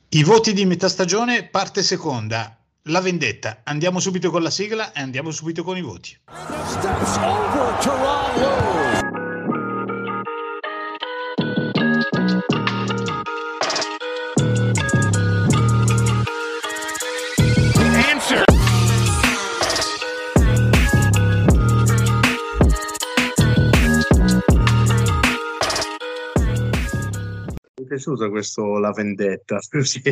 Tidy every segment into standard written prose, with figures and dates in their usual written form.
I voti di metà stagione, parte seconda, la vendetta. Andiamo subito con la sigla e andiamo subito con i voti. Steps over Tyronn Lue. Answer. Mi è piaciuto questo La Vendetta. Sì.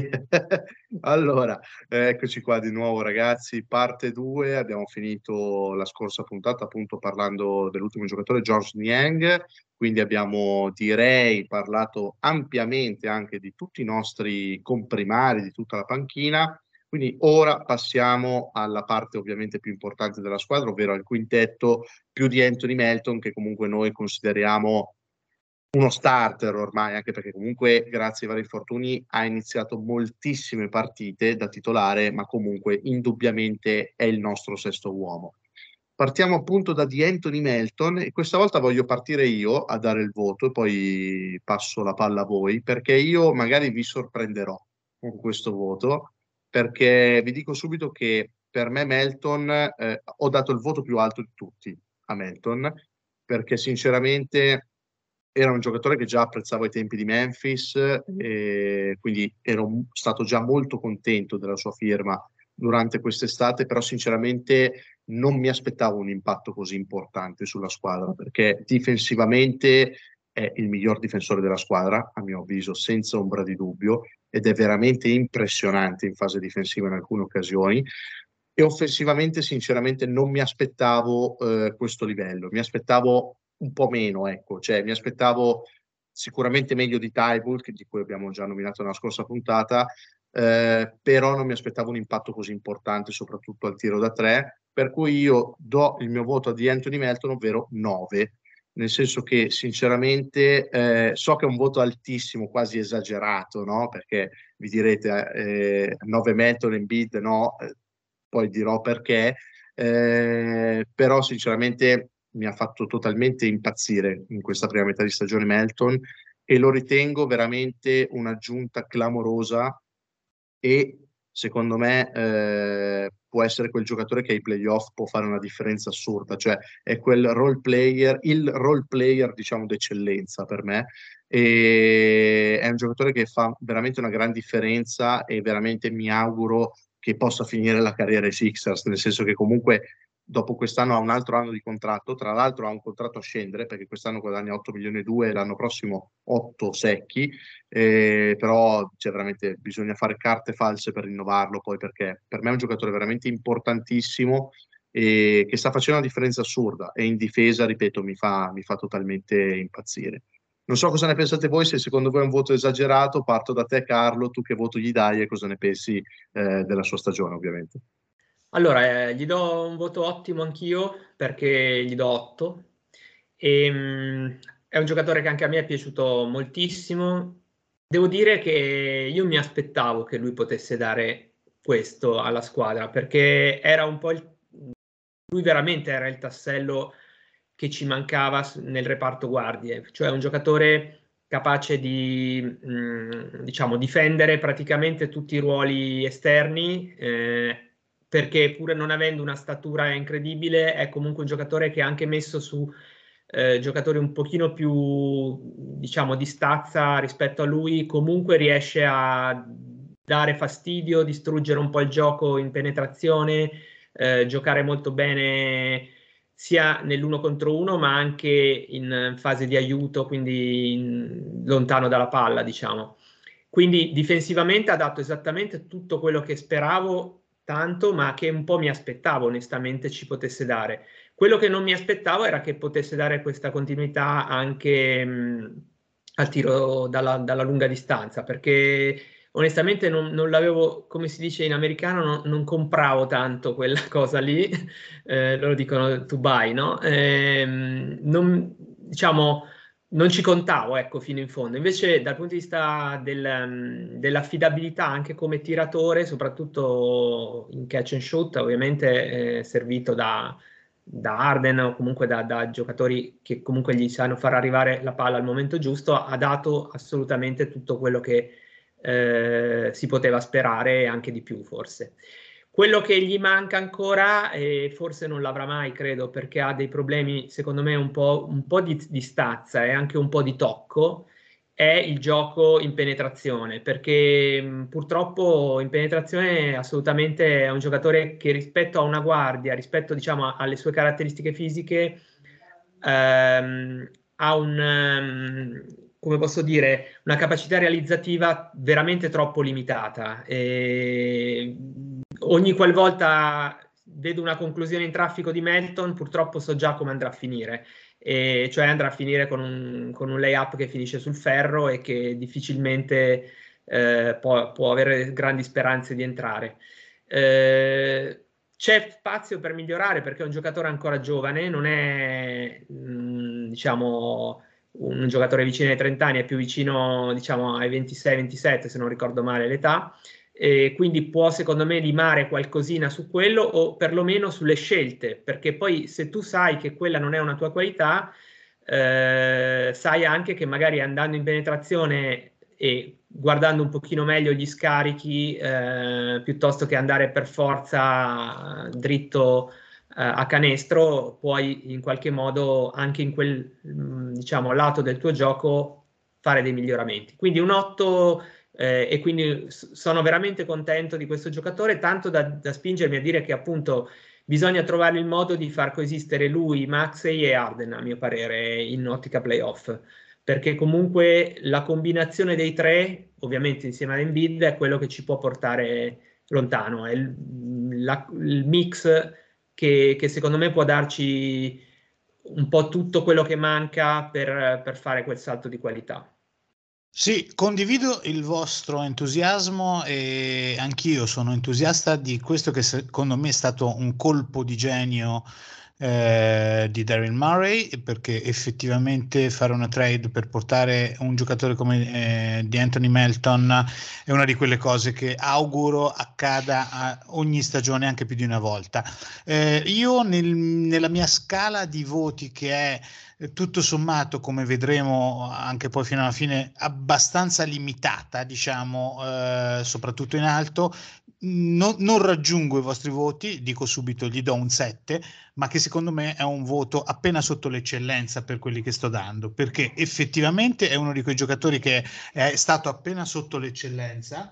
Allora, eccoci qua di nuovo ragazzi, parte 2. Abbiamo finito la scorsa puntata appunto parlando dell'ultimo giocatore, Georges Niang, quindi abbiamo, direi, parlato ampiamente anche di tutti i nostri comprimari, di tutta la panchina. Quindi ora passiamo alla parte ovviamente più importante della squadra, ovvero al quintetto, più di Anthony Melton, che comunque noi consideriamo uno starter ormai, anche perché comunque grazie ai vari infortuni ha iniziato moltissime partite da titolare, ma comunque indubbiamente è il nostro sesto uomo. Partiamo appunto da di Anthony Melton e questa volta voglio partire io a dare il voto e poi passo la palla a voi, perché io magari vi sorprenderò con questo voto, perché vi dico subito che per me Melton, ho dato il voto più alto di tutti a Melton, perché sinceramente era un giocatore che già apprezzavo ai tempi di Memphis, e quindi ero stato già molto contento della sua firma durante quest'estate, però sinceramente non mi aspettavo un impatto così importante sulla squadra, perché difensivamente è il miglior difensore della squadra, a mio avviso, senza ombra di dubbio, ed è veramente impressionante in fase difensiva in alcune occasioni. E offensivamente, sinceramente, non mi aspettavo questo livello, mi aspettavo un po' meno, ecco, cioè mi aspettavo sicuramente meglio di Tybull, di cui abbiamo già nominato nella scorsa puntata, però non mi aspettavo un impatto così importante, soprattutto al tiro da tre, per cui io do il mio voto di Anthony Melton, ovvero 9, nel senso che sinceramente so che è un voto altissimo, quasi esagerato, no? Perché vi direte 9 Melton in bid, no? Poi dirò perché, però sinceramente mi ha fatto totalmente impazzire in questa prima metà di stagione Melton e lo ritengo veramente un'aggiunta clamorosa e secondo me può essere quel giocatore che ai playoff può fare una differenza assurda, cioè è quel role player, il role player diciamo d'eccellenza per me, e è un giocatore che fa veramente una gran differenza e veramente mi auguro che possa finire la carriera ai Sixers, nel senso che comunque dopo quest'anno ha un altro anno di contratto, tra l'altro ha un contratto a scendere perché quest'anno guadagna 8 milioni e 2 e l'anno prossimo 8 secchi, però cioè, veramente bisogna fare carte false per rinnovarlo poi, perché per me è un giocatore veramente importantissimo e che sta facendo una differenza assurda e in difesa, ripeto, mi fa totalmente impazzire. Non so cosa ne pensate voi, se secondo voi è un voto esagerato. Parto da te Carlo, tu che voto gli dai e cosa ne pensi della sua stagione ovviamente. Allora, gli do un voto ottimo anch'io perché gli do 8. È un giocatore che anche a me è piaciuto moltissimo. Devo dire che io mi aspettavo che lui potesse dare questo alla squadra perché era un po' lui veramente era il tassello che ci mancava nel reparto guardie, cioè un giocatore capace di diciamo difendere praticamente tutti i ruoli esterni, perché pur non avendo una statura incredibile è comunque un giocatore che ha anche messo su giocatori un pochino più diciamo di stazza rispetto a lui, comunque riesce a dare fastidio, distruggere un po' il gioco in penetrazione, giocare molto bene sia nell'uno contro uno ma anche in fase di aiuto, quindi lontano dalla palla, diciamo. Quindi difensivamente ha dato esattamente tutto quello che speravo tanto, ma che un po' mi aspettavo onestamente ci potesse dare. Quello che non mi aspettavo era che potesse dare questa continuità anche al tiro dalla lunga distanza, perché onestamente non l'avevo, come si dice in americano, non compravo tanto quella cosa lì, loro dicono to buy, no? Diciamo, non ci contavo, ecco, fino in fondo. Invece, dal punto di vista dell'affidabilità anche come tiratore, soprattutto in catch and shoot, ovviamente servito da Harden o comunque da giocatori che comunque gli sanno far arrivare la palla al momento giusto, ha dato assolutamente tutto quello che si poteva sperare anche di più forse. Quello che gli manca ancora, e forse non l'avrà mai, credo, perché ha dei problemi, secondo me, un po' di stazza e anche un po' di tocco, è il gioco in penetrazione, perché purtroppo in penetrazione assolutamente è un giocatore che rispetto a una guardia, rispetto diciamo alle sue caratteristiche fisiche, ha come posso dire, una capacità realizzativa veramente troppo limitata. E ogni qualvolta vedo una conclusione in traffico di Melton, purtroppo so già come andrà a finire. Cioè andrà a finire con un layup che finisce sul ferro e che difficilmente può avere grandi speranze di entrare. C'è spazio per migliorare perché è un giocatore ancora giovane, non è diciamo un giocatore vicino ai 30 anni, è più vicino diciamo ai 26-27 se non ricordo male l'età, e quindi può secondo me limare qualcosina su quello o perlomeno sulle scelte, perché poi se tu sai che quella non è una tua qualità, sai anche che magari andando in penetrazione e guardando un pochino meglio gli scarichi, piuttosto che andare per forza dritto a canestro, puoi in qualche modo anche in quel diciamo lato del tuo gioco fare dei miglioramenti. Quindi un 8 e quindi sono veramente contento di questo giocatore, tanto da spingermi a dire che appunto bisogna trovare il modo di far coesistere lui, Maxey e Harden, a mio parere, in ottica playoff, perché comunque la combinazione dei tre, ovviamente insieme ad Embiid, è quello che ci può portare lontano, è il mix che secondo me può darci un po' tutto quello che manca per fare quel salto di qualità. Sì, condivido il vostro entusiasmo e anch'io sono entusiasta di questo che secondo me è stato un colpo di genio di Daryl Morey, perché effettivamente fare una trade per portare un giocatore come di Anthony Melton è una di quelle cose che auguro accada a ogni stagione anche più di una volta. Io nella mia scala di voti che è tutto sommato, come vedremo anche poi fino alla fine, abbastanza limitata, diciamo, soprattutto in alto, non raggiungo i vostri voti, dico subito, gli do un 7, ma che secondo me è un voto appena sotto l'eccellenza per quelli che sto dando, perché effettivamente è uno di quei giocatori che è stato appena sotto l'eccellenza.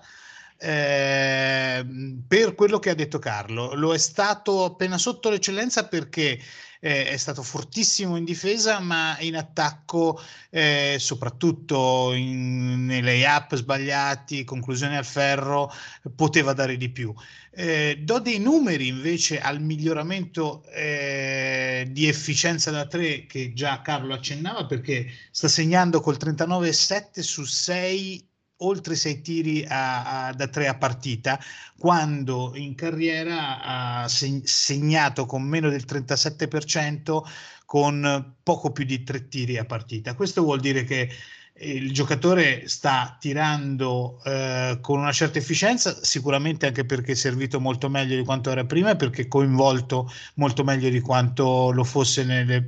Per quello che ha detto Carlo, lo è stato appena sotto l'eccellenza perché è stato fortissimo in difesa, ma in attacco, soprattutto nei layup sbagliati, conclusioni al ferro, poteva dare di più. Do dei numeri invece al miglioramento di efficienza da 3 che già Carlo accennava, perché sta segnando col 39,7 su 6, oltre 6 tiri da 3 a partita, quando in carriera ha segnato con meno del 37% con poco più di 3 tiri a partita. Questo vuol dire che il giocatore sta tirando con una certa efficienza, sicuramente anche perché è servito molto meglio di quanto era prima e perché è coinvolto molto meglio di quanto lo fosse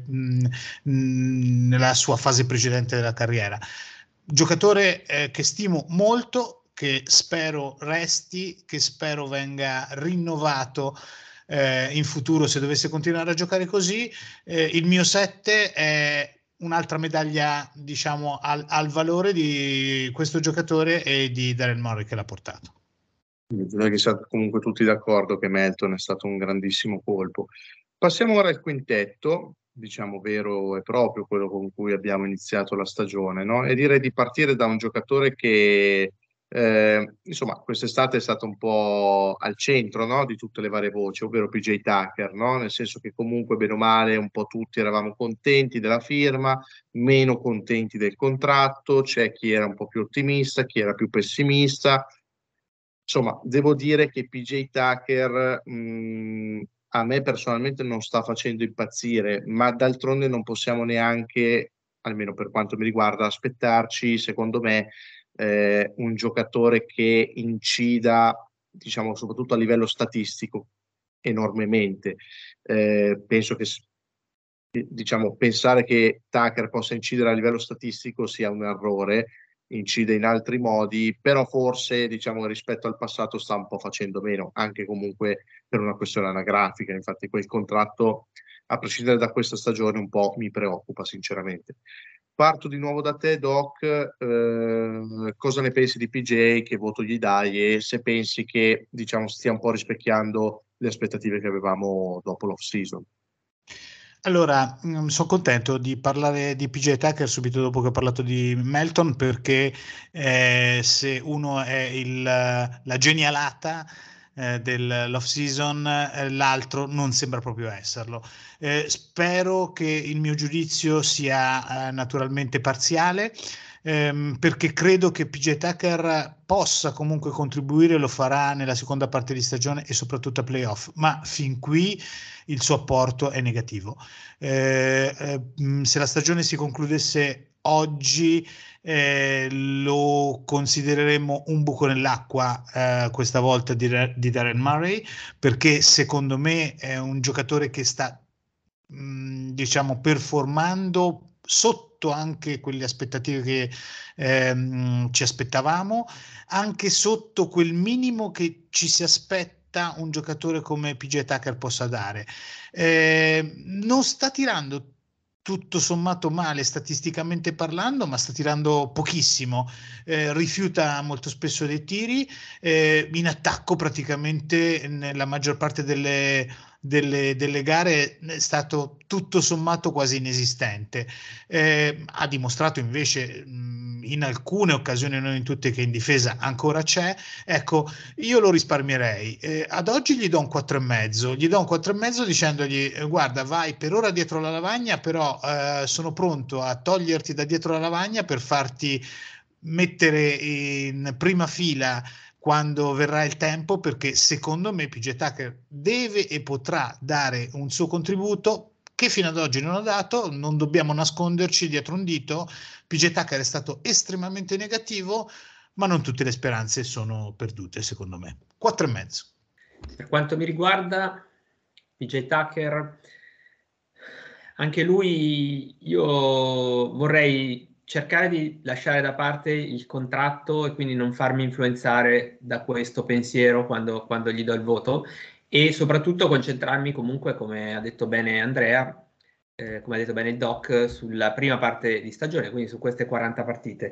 nella sua fase precedente della carriera. Giocatore che stimo molto, che spero resti, che spero venga rinnovato in futuro se dovesse continuare a giocare così. Il mio 7 è un'altra medaglia, diciamo, al valore di questo giocatore e di Daryl Morey che l'ha portato. Direi che siamo comunque tutti d'accordo che Melton è stato un grandissimo colpo. Passiamo ora al quintetto, diciamo vero e proprio, quello con cui abbiamo iniziato la stagione, no? E direi di partire da un giocatore che, insomma, quest'estate è stato un po' al centro, no? Di tutte le varie voci, ovvero PJ Tucker, no? Nel senso che comunque, bene o male, un po' tutti eravamo contenti della firma, meno contenti del contratto, c'è chi era un po' più ottimista, chi era più pessimista. Insomma, devo dire che PJ Tucker a me personalmente non sta facendo impazzire, ma d'altronde non possiamo neanche, almeno per quanto mi riguarda, aspettarci, secondo me, un giocatore che incida, diciamo, soprattutto a livello statistico, enormemente. Penso che, diciamo, pensare che Tucker possa incidere a livello statistico sia un errore. incide in altri modi, però forse diciamo rispetto al passato sta un po' facendo meno, anche comunque per una questione anagrafica. Infatti quel contratto, a prescindere da questa stagione, un po' mi preoccupa sinceramente. Parto di nuovo da te, Doc. Cosa ne pensi di PJ? Che voto gli dai? E se pensi che diciamo stia un po' rispecchiando le aspettative che avevamo dopo l'off season? Allora, sono contento di parlare di PJ Tucker subito dopo che ho parlato di Melton, perché se uno è la genialata dell'off season, l'altro non sembra proprio esserlo. Spero che il mio giudizio sia naturalmente parziale, perché credo che PJ Tucker possa comunque contribuire, lo farà nella seconda parte di stagione e soprattutto a playoff, ma fin qui il suo apporto è negativo. Se la stagione si concludesse oggi, lo considereremmo un buco nell'acqua questa volta di Darren Murray, perché secondo me è un giocatore che sta diciamo performando sotto anche quelle aspettative che ci aspettavamo, anche sotto quel minimo che ci si aspetta un giocatore come PJ Tucker possa dare. Non sta tirando tutto sommato male statisticamente parlando, ma sta tirando pochissimo, rifiuta molto spesso dei tiri, in attacco praticamente nella maggior parte delle gare è stato tutto sommato quasi inesistente. Ha dimostrato invece in alcune occasioni, non in tutte, che in difesa ancora c'è. Ecco, io lo risparmierei. Ad oggi gli do un 4,5, gli do un 4,5 dicendogli guarda, vai per ora dietro la lavagna, però sono pronto a toglierti da dietro la lavagna per farti mettere in prima fila quando verrà il tempo, perché secondo me PJ Tucker deve e potrà dare un suo contributo che fino ad oggi non ha dato. Non dobbiamo nasconderci dietro un dito, PJ Tucker è stato estremamente negativo, ma non tutte le speranze sono perdute, secondo me. 4,5. Per quanto mi riguarda, PJ Tucker, anche lui, io vorrei cercare di lasciare da parte il contratto e quindi non farmi influenzare da questo pensiero quando gli do il voto, e soprattutto concentrarmi comunque, come ha detto bene Andrea, come ha detto bene il Doc, sulla prima parte di stagione, quindi su queste 40 partite.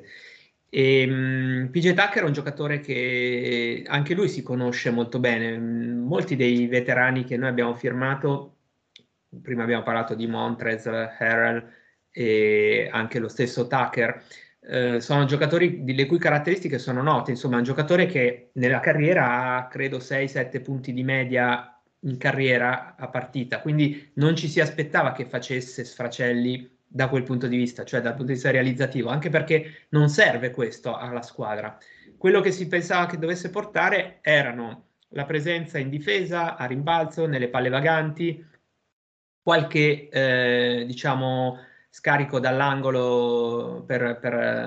PJ Tucker è un giocatore che anche lui si conosce molto bene. Molti dei veterani che noi abbiamo firmato, prima abbiamo parlato di Montrez Harrell e anche lo stesso Tucker, sono giocatori le cui caratteristiche sono note. Insomma, è un giocatore che nella carriera ha credo 6-7 punti di media in carriera a partita, quindi non ci si aspettava che facesse sfracelli da quel punto di vista, cioè dal punto di vista realizzativo, anche perché non serve questo alla squadra. Quello che si pensava che dovesse portare erano la presenza in difesa, a rimbalzo, nelle palle vaganti, qualche diciamo scarico dall'angolo per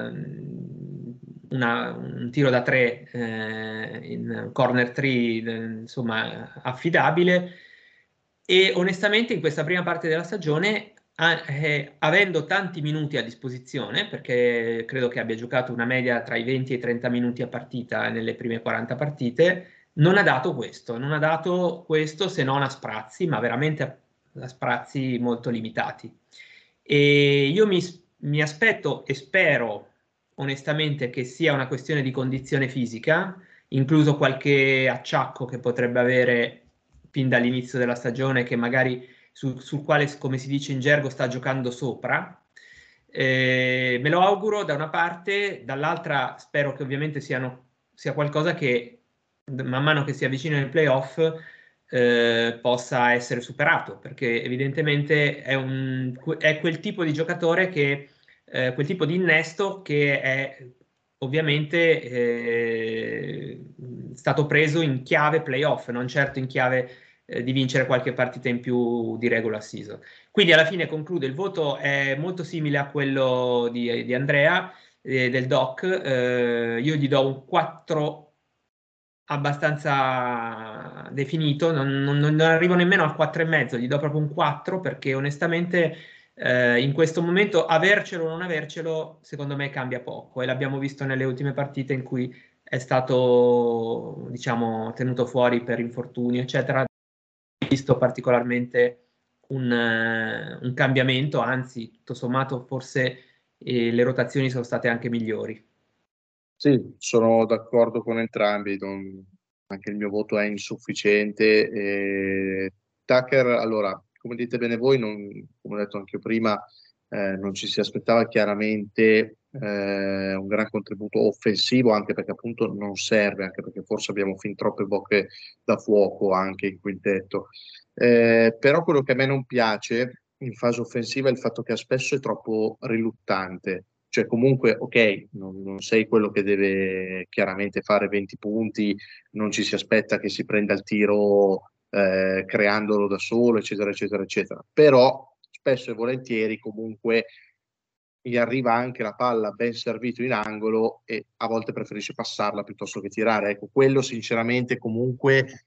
un tiro da 3 in corner 3, insomma affidabile. E onestamente in questa prima parte della stagione, avendo tanti minuti a disposizione, perché credo che abbia giocato una media tra i 20 e i 30 minuti a partita nelle prime 40 partite, non ha dato questo se non a sprazzi, ma veramente a sprazzi molto limitati. E io mi aspetto e spero onestamente che sia una questione di condizione fisica, incluso qualche acciacco che potrebbe avere fin dall'inizio della stagione, che magari sul quale, come si dice in gergo, sta giocando sopra. Me lo auguro da una parte, dall'altra spero che ovviamente sia qualcosa che man mano che si avvicina ai playoff possa essere superato, perché evidentemente è quel tipo di giocatore quel tipo di innesto che è ovviamente stato preso in chiave playoff, non certo in chiave di vincere qualche partita in più di regular season. Quindi alla fine conclude, il voto è molto simile a quello di Andrea, del Doc. Io gli do un 4 abbastanza definito, non arrivo nemmeno al 4,5, gli do proprio un 4 perché onestamente in questo momento avercelo o non avercelo, secondo me cambia poco, e l'abbiamo visto nelle ultime partite in cui è stato, diciamo, tenuto fuori per infortuni, eccetera. Ho visto particolarmente un cambiamento, anzi, tutto sommato, forse le rotazioni sono state anche migliori. Sì, sono d'accordo con entrambi, anche il mio voto è insufficiente. Tucker, allora, come dite bene voi, come ho detto anche io prima, non ci si aspettava chiaramente un gran contributo offensivo, anche perché appunto non serve, anche perché forse abbiamo fin troppe bocche da fuoco anche in quintetto. Però quello che a me non piace in fase offensiva è il fatto che spesso è troppo riluttante. Cioè comunque, ok, non sei quello che deve chiaramente fare 20 punti, non ci si aspetta che si prenda il tiro creandolo da solo, eccetera, eccetera, eccetera. Però spesso e volentieri comunque gli arriva anche la palla ben servito in angolo e a volte preferisce passarla piuttosto che tirare. Ecco, quello sinceramente comunque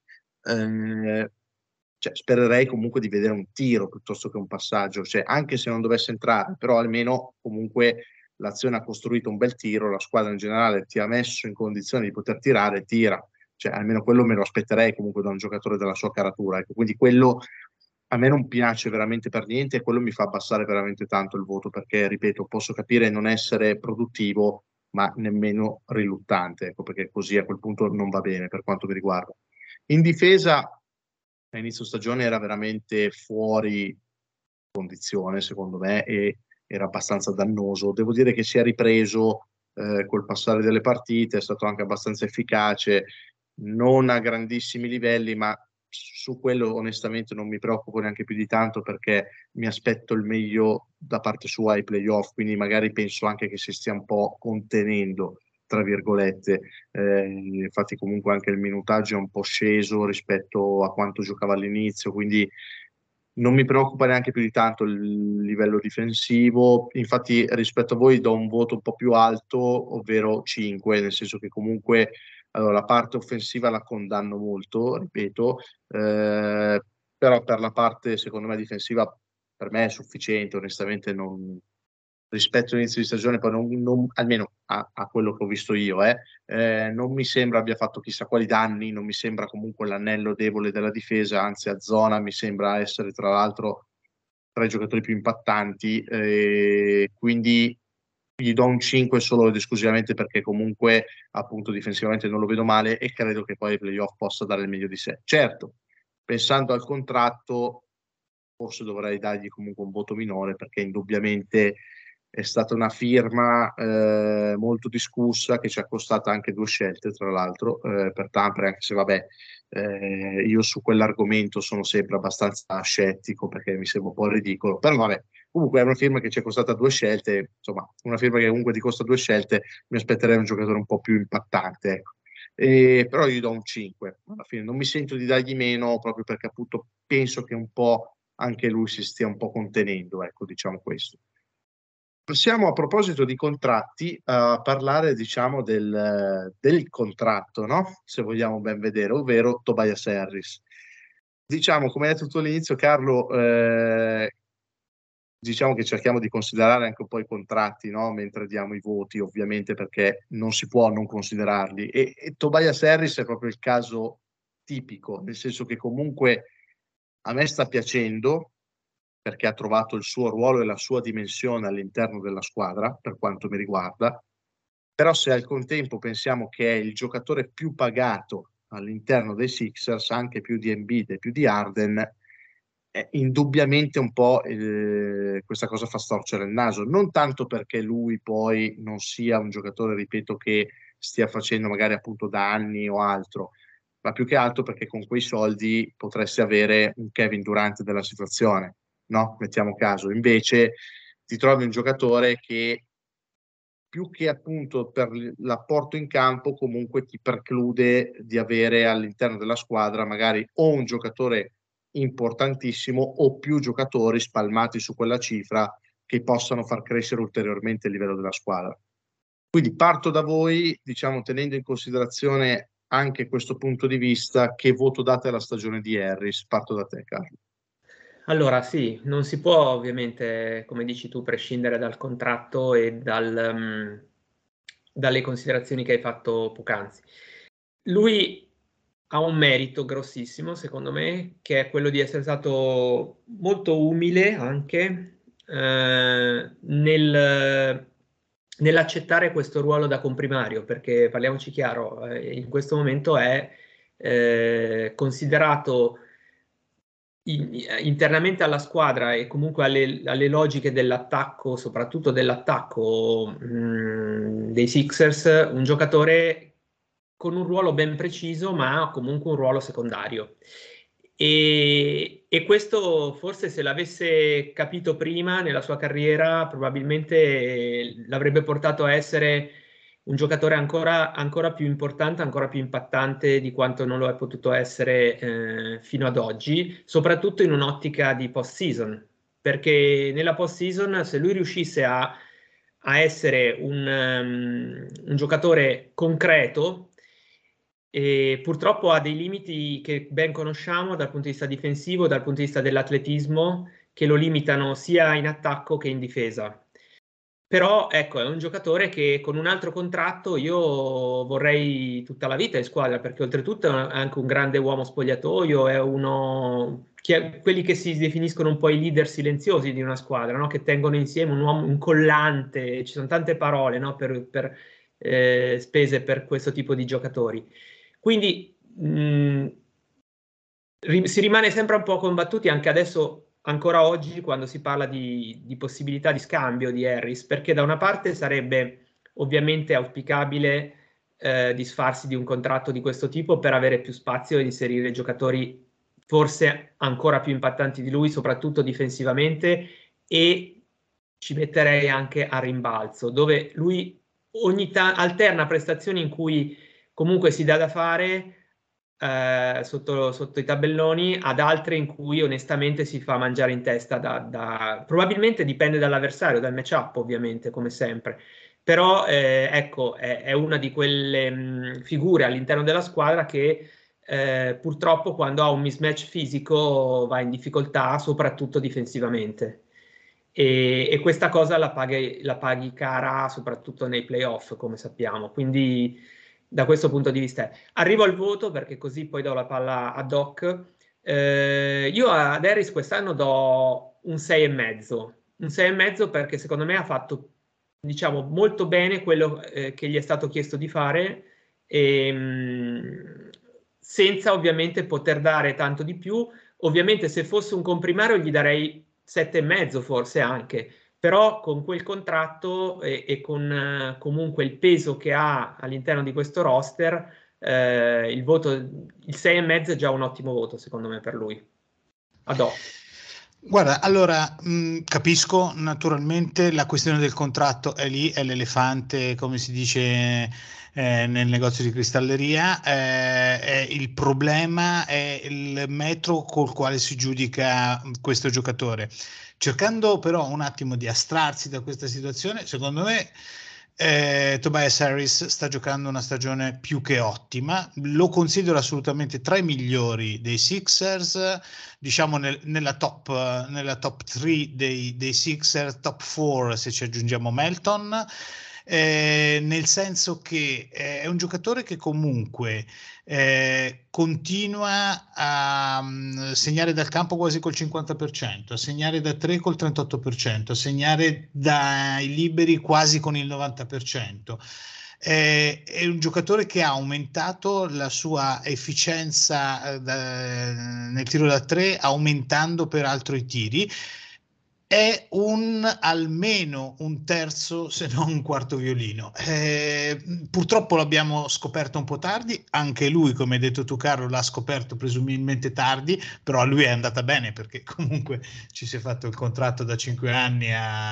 cioè, spererei comunque di vedere un tiro piuttosto che un passaggio, cioè, anche se non dovesse entrare, però almeno comunque l'azione ha costruito un bel tiro, la squadra in generale ti ha messo in condizione di poter tirare, tira. Cioè, almeno quello me lo aspetterei comunque da un giocatore della sua caratura. Ecco, quindi quello a me non piace veramente per niente e quello mi fa abbassare veramente tanto il voto perché, ripeto, posso capire non essere produttivo, ma nemmeno riluttante, ecco, perché così a quel punto non va bene per quanto mi riguarda. In difesa, a inizio stagione era veramente fuori condizione, secondo me, e era abbastanza dannoso. Devo dire che si è ripreso col passare delle partite, è stato anche abbastanza efficace, non a grandissimi livelli, ma su quello onestamente non mi preoccupo neanche più di tanto perché mi aspetto il meglio da parte sua ai playoff, quindi magari penso anche che si stia un po' contenendo, tra virgolette. Infatti comunque anche il minutaggio è un po' sceso rispetto a quanto giocava all'inizio, quindi non mi preoccupa neanche più di tanto il livello difensivo. Infatti rispetto a voi do un voto un po' più alto, ovvero 5, nel senso che comunque allora, la parte offensiva la condanno molto, ripeto, però per la parte secondo me difensiva per me è sufficiente, onestamente rispetto all'inizio di stagione, poi almeno a quello che ho visto io, non mi sembra abbia fatto chissà quali danni, non mi sembra comunque l'anello debole della difesa, anzi a zona mi sembra essere tra l'altro tra i giocatori più impattanti, quindi gli do un 5 solo ed esclusivamente perché comunque appunto difensivamente non lo vedo male e credo che poi ai playoff possa dare il meglio di sé. Certo, pensando al contratto, forse dovrei dargli comunque un voto minore perché indubbiamente è stata una firma molto discussa che ci è costata anche 2 scelte, tra l'altro, per Tampere, anche se vabbè, io su quell'argomento sono sempre abbastanza scettico perché mi sembra un po' ridicolo, però vabbè, comunque è una firma che ci è costata 2 scelte, insomma, una firma che comunque ti costa 2 scelte, mi aspetterei un giocatore un po' più impattante, ecco. Però io do un 5, alla fine non mi sento di dargli meno proprio perché appunto penso che un po' anche lui si stia un po' contenendo, ecco, diciamo questo. Passiamo a proposito di contratti a parlare, diciamo, del contratto, no? Se vogliamo ben vedere, ovvero Tobias Harris. Diciamo, come hai detto tu all'inizio, Carlo, diciamo che cerchiamo di considerare anche un po' i contratti, no? Mentre diamo i voti, ovviamente, perché non si può non considerarli. E Tobias Harris è proprio il caso tipico, nel senso che comunque a me sta piacendo, perché ha trovato il suo ruolo e la sua dimensione all'interno della squadra, per quanto mi riguarda. Però se al contempo pensiamo che è il giocatore più pagato all'interno dei Sixers, anche più di Embiid e più di Harden, indubbiamente un po' questa cosa fa storcere il naso. Non tanto perché lui poi non sia un giocatore, ripeto, che stia facendo magari appunto da anni o altro, ma più che altro perché con quei soldi potresti avere un Kevin Durant della situazione, no? Mettiamo caso. Invece ti trovi un giocatore che più che appunto per l'apporto in campo comunque ti preclude di avere all'interno della squadra magari o un giocatore importantissimo o più giocatori spalmati su quella cifra che possano far crescere ulteriormente il livello della squadra. Quindi parto da voi, diciamo, tenendo in considerazione anche questo punto di vista, che voto date alla stagione di Harris? Parto da te, Carlo. Allora, sì, non si può ovviamente, come dici tu, prescindere dal contratto e dalle considerazioni che hai fatto poc'anzi. Lui ha un merito grossissimo, secondo me, che è quello di essere stato molto umile anche nell'accettare questo ruolo da comprimario, perché parliamoci chiaro, in questo momento è considerato internamente alla squadra e comunque alle logiche dell'attacco, soprattutto dell'attacco dei Sixers, un giocatore con un ruolo ben preciso, ma comunque un ruolo secondario. E questo forse se l'avesse capito prima nella sua carriera, probabilmente l'avrebbe portato a essere un giocatore ancora più importante, ancora più impattante di quanto non lo è potuto essere fino ad oggi, soprattutto in un'ottica di post-season, perché nella post-season se lui riuscisse a essere un giocatore concreto, e purtroppo ha dei limiti che ben conosciamo dal punto di vista difensivo, dal punto di vista dell'atletismo, che lo limitano sia in attacco che in difesa. Però ecco, è un giocatore che con un altro contratto io vorrei tutta la vita in squadra, perché oltretutto è anche un grande uomo spogliatoio, è quelli che si definiscono un po' i leader silenziosi di una squadra, no? Che tengono insieme un uomo, un collante, ci sono tante parole, no? Spese per questo tipo di giocatori. Quindi si rimane sempre un po' combattuti anche adesso, ancora oggi, quando si parla di possibilità di scambio di Harris, perché da una parte sarebbe ovviamente auspicabile disfarsi di un contratto di questo tipo per avere più spazio e inserire giocatori forse ancora più impattanti di lui, soprattutto difensivamente, e ci metterei anche a rimbalzo, dove lui alterna prestazioni in cui comunque si dà da fare sotto i tabelloni, ad altre in cui onestamente si fa mangiare in testa probabilmente dipende dall'avversario, dal matchup ovviamente, come sempre. Però ecco, è una di quelle figure all'interno della squadra che purtroppo quando ha un mismatch fisico va in difficoltà, soprattutto difensivamente. E questa cosa la paghi cara soprattutto nei playoff, come sappiamo. Quindi da questo punto di vista arrivo al voto, perché così poi do la palla a Doc. Io ad Harris quest'anno do un 6,5. Un 6,5 perché secondo me ha fatto, diciamo, molto bene quello che gli è stato chiesto di fare, senza ovviamente poter dare tanto di più. Ovviamente se fosse un comprimario gli darei 7,5 forse anche, però con quel contratto e con comunque il peso che ha all'interno di questo roster, il 6,5 è già un ottimo voto secondo me per lui. Guarda, allora capisco naturalmente la questione del contratto è lì, è l'elefante, come si dice nel negozio di cristalleria. Il problema è il metro col quale si giudica questo giocatore. Cercando però un attimo di astrarsi da questa situazione, secondo me Tobias Harris sta giocando una stagione più che ottima, lo considero assolutamente tra i migliori dei Sixers, diciamo nella top 3 dei Sixers, top 4 se ci aggiungiamo Melton, nel senso che è un giocatore che comunque continua a segnare dal campo quasi col 50%, a segnare da 3 col 38%, a segnare dai liberi quasi con il 90%. È un giocatore che ha aumentato la sua efficienza nel tiro da 3, aumentando peraltro i tiri. È almeno un terzo, se non un quarto violino. Purtroppo l'abbiamo scoperto un po' tardi, anche lui, come hai detto tu Carlo, l'ha scoperto presumibilmente tardi, però a lui è andata bene perché comunque ci si è fatto il contratto da 5 anni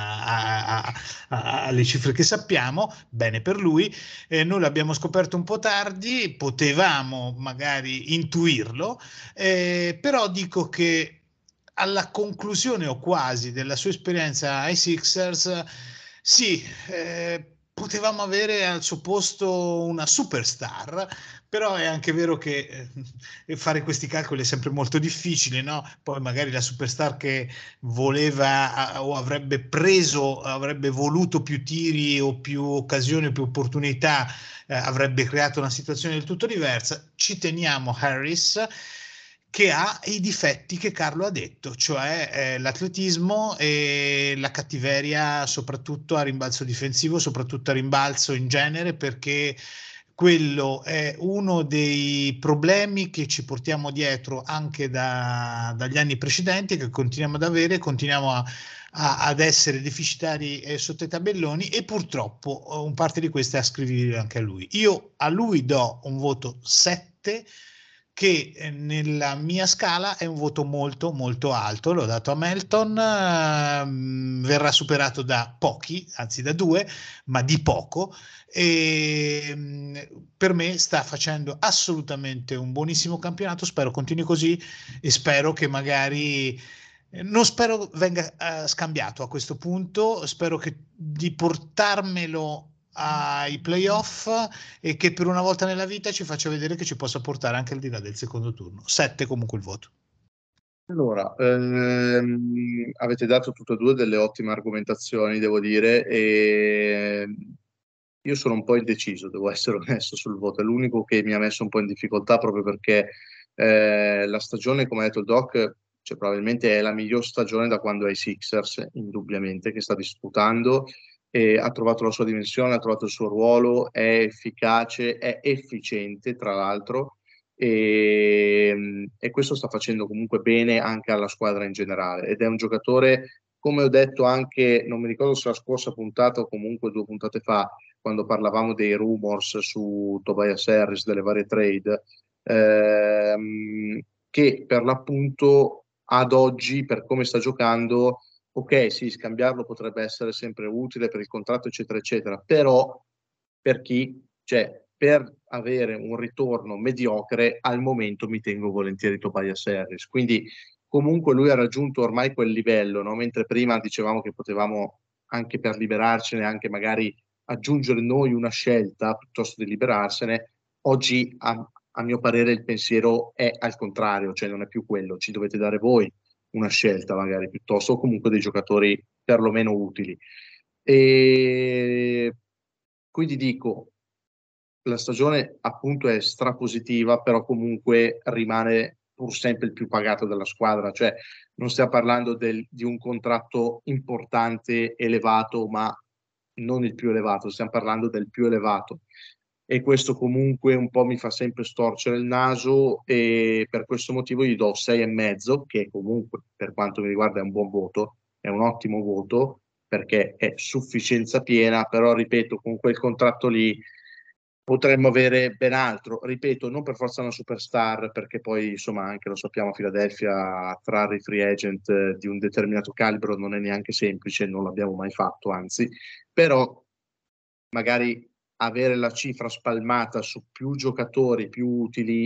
alle cifre che sappiamo, bene per lui. Noi l'abbiamo scoperto un po' tardi, potevamo magari intuirlo, però dico che alla conclusione o quasi della sua esperienza ai Sixers, sì, potevamo avere al suo posto una superstar, Però è anche vero che fare questi calcoli è sempre molto difficile, no? Poi magari la superstar che voleva o avrebbe preso, avrebbe voluto più tiri o più occasioni o più opportunità, avrebbe creato una situazione del tutto diversa. Ci teniamo Harris, che ha i difetti che Carlo ha detto, cioè l'atletismo e la cattiveria, soprattutto a rimbalzo difensivo, soprattutto a rimbalzo in genere, perché quello è uno dei problemi che ci portiamo dietro anche dagli anni precedenti, che continuiamo ad avere, continuiamo ad essere deficitari sotto i tabelloni, e purtroppo un parte di queste è ascrivibile anche a lui. Io a lui do un voto 7, che nella mia scala è un voto molto molto alto. L'ho dato a Melton, verrà superato da pochi, anzi da 2, ma di poco, e per me sta facendo assolutamente un buonissimo campionato. Spero continui così e spero che magari non spero venga scambiato a questo punto, spero di portarmelo ai playoff e che per una volta nella vita ci faccia vedere che ci possa portare anche al di là del secondo turno. 7 comunque il voto. Allora, avete dato tutte e due delle ottime argomentazioni, devo dire, e io sono un po' indeciso, devo essere onesto sul voto. È l'unico che mi ha messo un po' in difficoltà proprio perché la stagione, come ha detto il Doc, cioè, probabilmente è la miglior stagione da quando è ai Sixers, indubbiamente, che sta disputando, e ha trovato la sua dimensione, ha trovato il suo ruolo, è efficace, è efficiente, tra l'altro, e questo sta facendo comunque bene anche alla squadra in generale. Ed è un giocatore, come ho detto anche, non mi ricordo se la scorsa puntata o comunque 2 puntate fa, quando parlavamo dei rumors su Tobias Harris, delle varie trade, che per l'appunto ad oggi, per come sta giocando, ok, sì, scambiarlo potrebbe essere sempre utile per il contratto, eccetera, eccetera, però per chi, cioè, per avere un ritorno mediocre, al momento mi tengo volentieri Tobias Harris. Quindi comunque lui ha raggiunto ormai quel livello, no? Mentre prima dicevamo che potevamo, anche per liberarcene, anche magari aggiungere noi una scelta piuttosto di liberarsene. Oggi a mio parere il pensiero è al contrario, cioè non è più quello, ci dovete dare voi una scelta magari piuttosto, o comunque dei giocatori perlomeno utili. E quindi dico, la stagione appunto è strapositiva, però comunque rimane pur sempre il più pagato della squadra, cioè non stiamo parlando di un contratto importante, elevato, ma non il più elevato, stiamo parlando del più elevato. E questo comunque un po' mi fa sempre storcere il naso, e per questo motivo gli do 6,5, che comunque per quanto mi riguarda è un buon voto, è un ottimo voto, perché è sufficienza piena, però ripeto, con quel contratto lì potremmo avere ben altro, ripeto, non per forza una superstar, perché poi insomma anche lo sappiamo a Philadelphia trarre i free agent di un determinato calibro non è neanche semplice, non l'abbiamo mai fatto, anzi, però magari avere la cifra spalmata su più giocatori più utili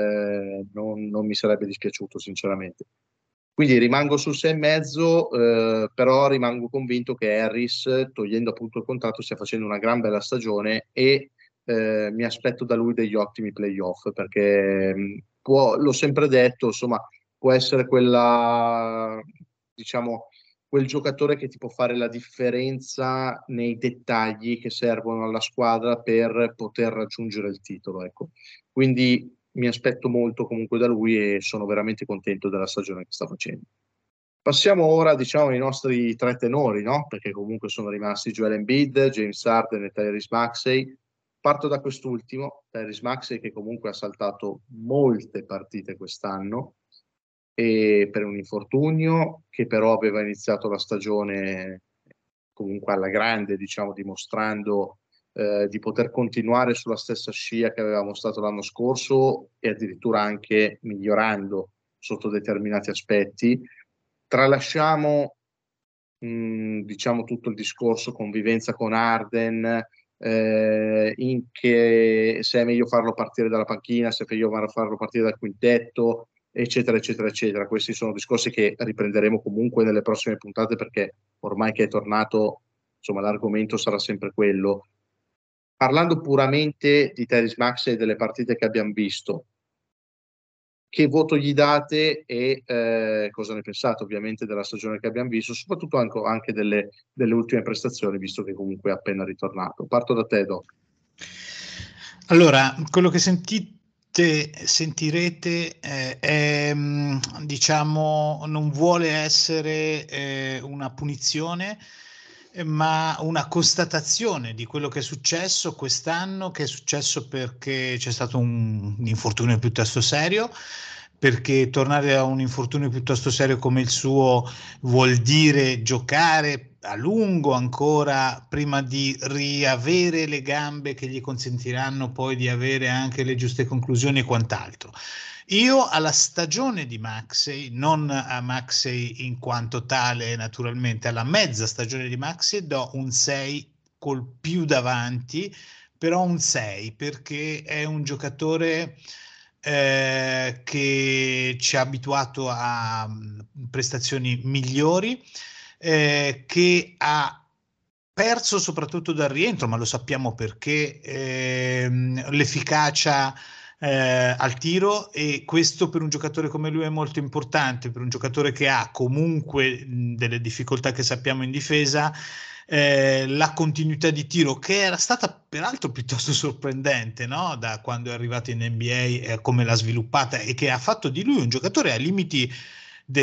non mi sarebbe dispiaciuto sinceramente. Quindi rimango sul 6,5, però rimango convinto che Harris, togliendo appunto il contratto, stia facendo una gran bella stagione, e mi aspetto da lui degli ottimi playoff, perché l'ho sempre detto, insomma, può essere quella, diciamo, quel giocatore che ti può fare la differenza nei dettagli che servono alla squadra per poter raggiungere il titolo, ecco. Quindi mi aspetto molto comunque da lui e sono veramente contento della stagione che sta facendo. Passiamo ora, diciamo, ai nostri tre tenori, no? Perché comunque sono rimasti Joel Embiid, James Harden e Tyrese Maxey. Parto da quest'ultimo, Tyrese Maxey, che comunque ha saltato molte partite quest'anno e per un infortunio, che però aveva iniziato la stagione comunque alla grande, diciamo, dimostrando di poter continuare sulla stessa scia che avevamo stato l'anno scorso e addirittura anche migliorando sotto determinati aspetti. Tralasciamo diciamo tutto il discorso convivenza con Harden, in che se è meglio farlo partire dalla panchina, se è meglio farlo partire dal quintetto, eccetera, eccetera, eccetera. Questi sono discorsi che riprenderemo comunque nelle prossime puntate, perché ormai che è tornato, insomma, l'argomento sarà sempre quello. parlando puramente di Tyrese Maxey e delle partite che abbiamo visto, che voto gli date e cosa ne pensate ovviamente della stagione che abbiamo visto, soprattutto anche delle ultime prestazioni, visto che comunque è appena ritornato. Parto da te, Doc. Allora, quello che sentirete è, diciamo, non vuole essere una punizione, ma una constatazione di quello che è successo quest'anno, che è successo perché c'è stato un infortunio piuttosto serio, perché tornare a un infortunio piuttosto serio come il suo vuol dire giocare a lungo ancora prima di riavere le gambe che gli consentiranno poi di avere anche le giuste conclusioni e quant'altro. Io alla stagione di Maxey, non a Maxey in quanto tale naturalmente, alla mezza stagione di Maxey do un 6 col più davanti, però un 6 perché è un giocatore che ci ha abituato a prestazioni migliori, che ha perso soprattutto dal rientro, ma lo sappiamo perché l'efficacia al tiro, e questo per un giocatore come lui è molto importante, per un giocatore che ha comunque delle difficoltà che sappiamo in difesa. La continuità di tiro, che era stata peraltro piuttosto sorprendente, no? Da quando è arrivato in NBA, come l'ha sviluppata e che ha fatto di lui un giocatore ai limiti di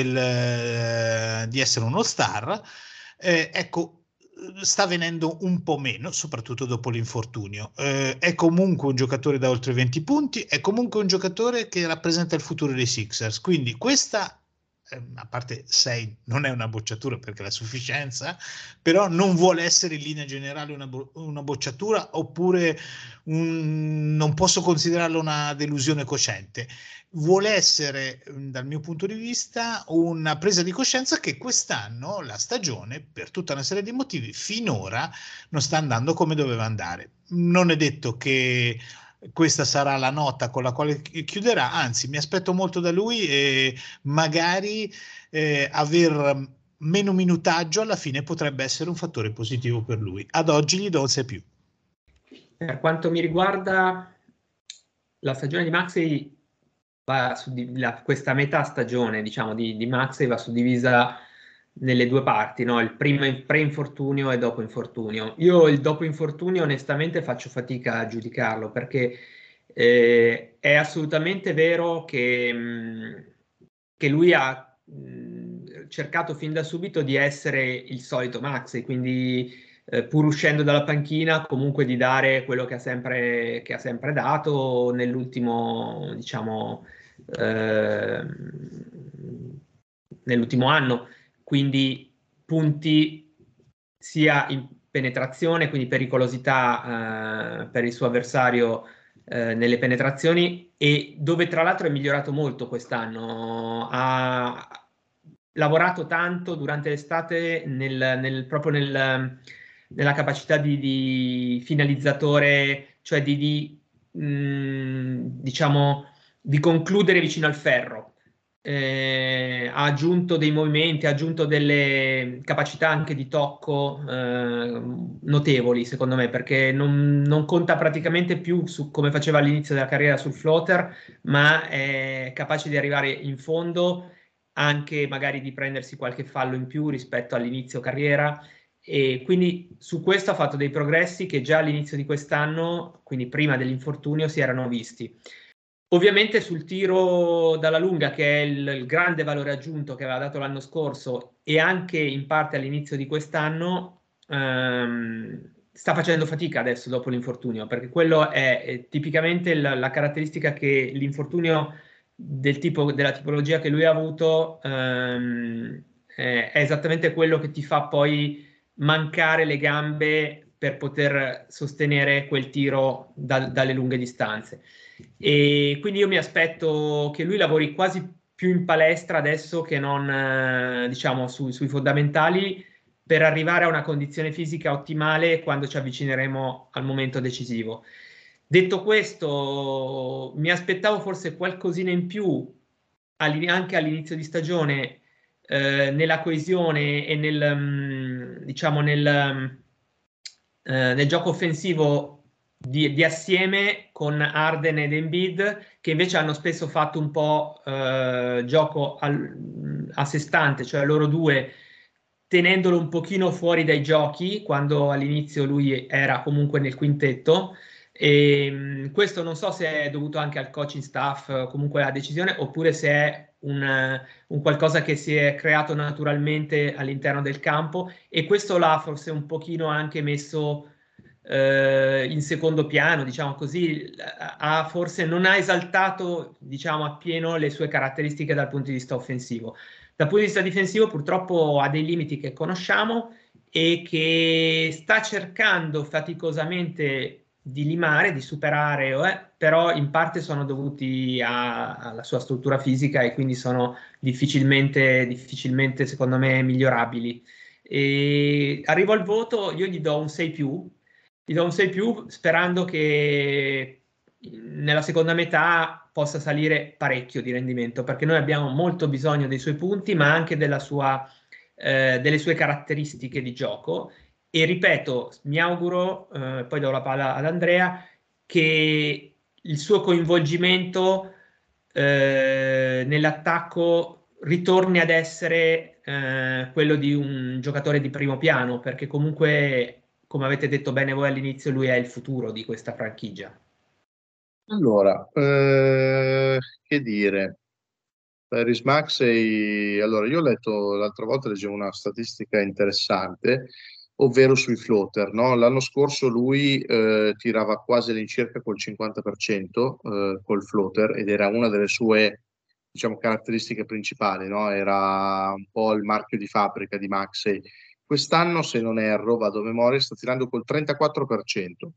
essere un all-star. Ecco, sta venendo un po' meno, soprattutto dopo l'infortunio. È comunque un giocatore da oltre 20 punti, è comunque un giocatore che rappresenta il futuro dei Sixers, quindi questa, a parte 6, non è una bocciatura perché è la sufficienza, però non vuole essere in linea generale una bocciatura, oppure non posso considerarlo una delusione cosciente. Vuole essere, dal mio punto di vista, una presa di coscienza che quest'anno la stagione, per tutta una serie di motivi, finora non sta andando come doveva andare. Non è detto che questa sarà la nota con la quale chiuderà, anzi mi aspetto molto da lui, e magari aver meno minutaggio alla fine potrebbe essere un fattore positivo per lui. Ad oggi gli do un 6+. Per quanto mi riguarda, la stagione di Maxey questa metà stagione, diciamo, di Maxey va suddivisa nelle due parti, no? Il pre-infortunio e dopo infortunio. Io il dopo infortunio onestamente faccio fatica a giudicarlo, perché è assolutamente vero che lui ha cercato fin da subito di essere il solito Maxey, quindi pur uscendo dalla panchina comunque di dare quello che ha sempre dato nell'ultimo, diciamo, nell'ultimo anno, quindi punti sia in penetrazione, quindi pericolosità per il suo avversario nelle penetrazioni, e dove tra l'altro è migliorato molto quest'anno. Ha lavorato tanto durante l'estate proprio nella capacità di finalizzatore, cioè diciamo, di concludere vicino al ferro. Ha aggiunto dei movimenti, ha aggiunto delle capacità anche di tocco notevoli, secondo me, perché non conta praticamente più su come faceva all'inizio della carriera sul floater, ma è capace di arrivare in fondo, anche magari di prendersi qualche fallo in più rispetto all'inizio carriera, e quindi su questo ha fatto dei progressi che già all'inizio di quest'anno, quindi prima dell'infortunio, si erano visti. Ovviamente sul tiro dalla lunga, che è il grande valore aggiunto che aveva dato l'anno scorso e anche in parte all'inizio di quest'anno, sta facendo fatica adesso dopo l'infortunio, perché quello è tipicamente la caratteristica che l'infortunio della tipologia che lui ha avuto è esattamente quello che ti fa poi mancare le gambe per poter sostenere quel tiro dalle lunghe distanze. E quindi io mi aspetto che lui lavori quasi più in palestra adesso che non diciamo sui fondamentali, per arrivare a una condizione fisica ottimale quando ci avvicineremo al momento decisivo. Detto questo, mi aspettavo forse qualcosina in più anche all'inizio di stagione nella coesione e nel gioco offensivo di assieme con Harden ed Embiid, che invece hanno spesso fatto un po' gioco a sé stante, cioè loro due tenendolo un pochino fuori dai giochi, quando all'inizio lui era comunque nel quintetto. E questo non so se è dovuto anche al coaching staff, comunque alla decisione, oppure se è un qualcosa che si è creato naturalmente all'interno del campo, e questo l'ha forse un pochino anche messo in secondo piano, diciamo così, forse non ha esaltato, diciamo, appieno le sue caratteristiche dal punto di vista offensivo. Dal punto di vista difensivo purtroppo ha dei limiti che conosciamo e che sta cercando faticosamente di limare, di superare, però in parte sono dovuti alla sua struttura fisica e quindi sono difficilmente secondo me migliorabili. E arrivo al voto, io gli do un 6 più, sperando che nella seconda metà possa salire parecchio di rendimento, perché noi abbiamo molto bisogno dei suoi punti, ma anche delle sue caratteristiche di gioco. E ripeto, mi auguro, poi do la palla ad Andrea, che il suo coinvolgimento nell'attacco ritorni ad essere quello di un giocatore di primo piano, perché comunque, come avete detto bene voi all'inizio, lui è il futuro di questa franchigia. Allora, che dire? Paris Maxey, allora io ho letto l'altra volta, leggevo una statistica interessante, ovvero sui floater, no? L'anno scorso lui tirava quasi all'incirca col 50% col floater, ed era una delle sue, diciamo, caratteristiche principali, no? Era un po' il marchio di fabbrica di Maxey. Quest'anno, se non erro, vado a memoria, sta tirando col 34%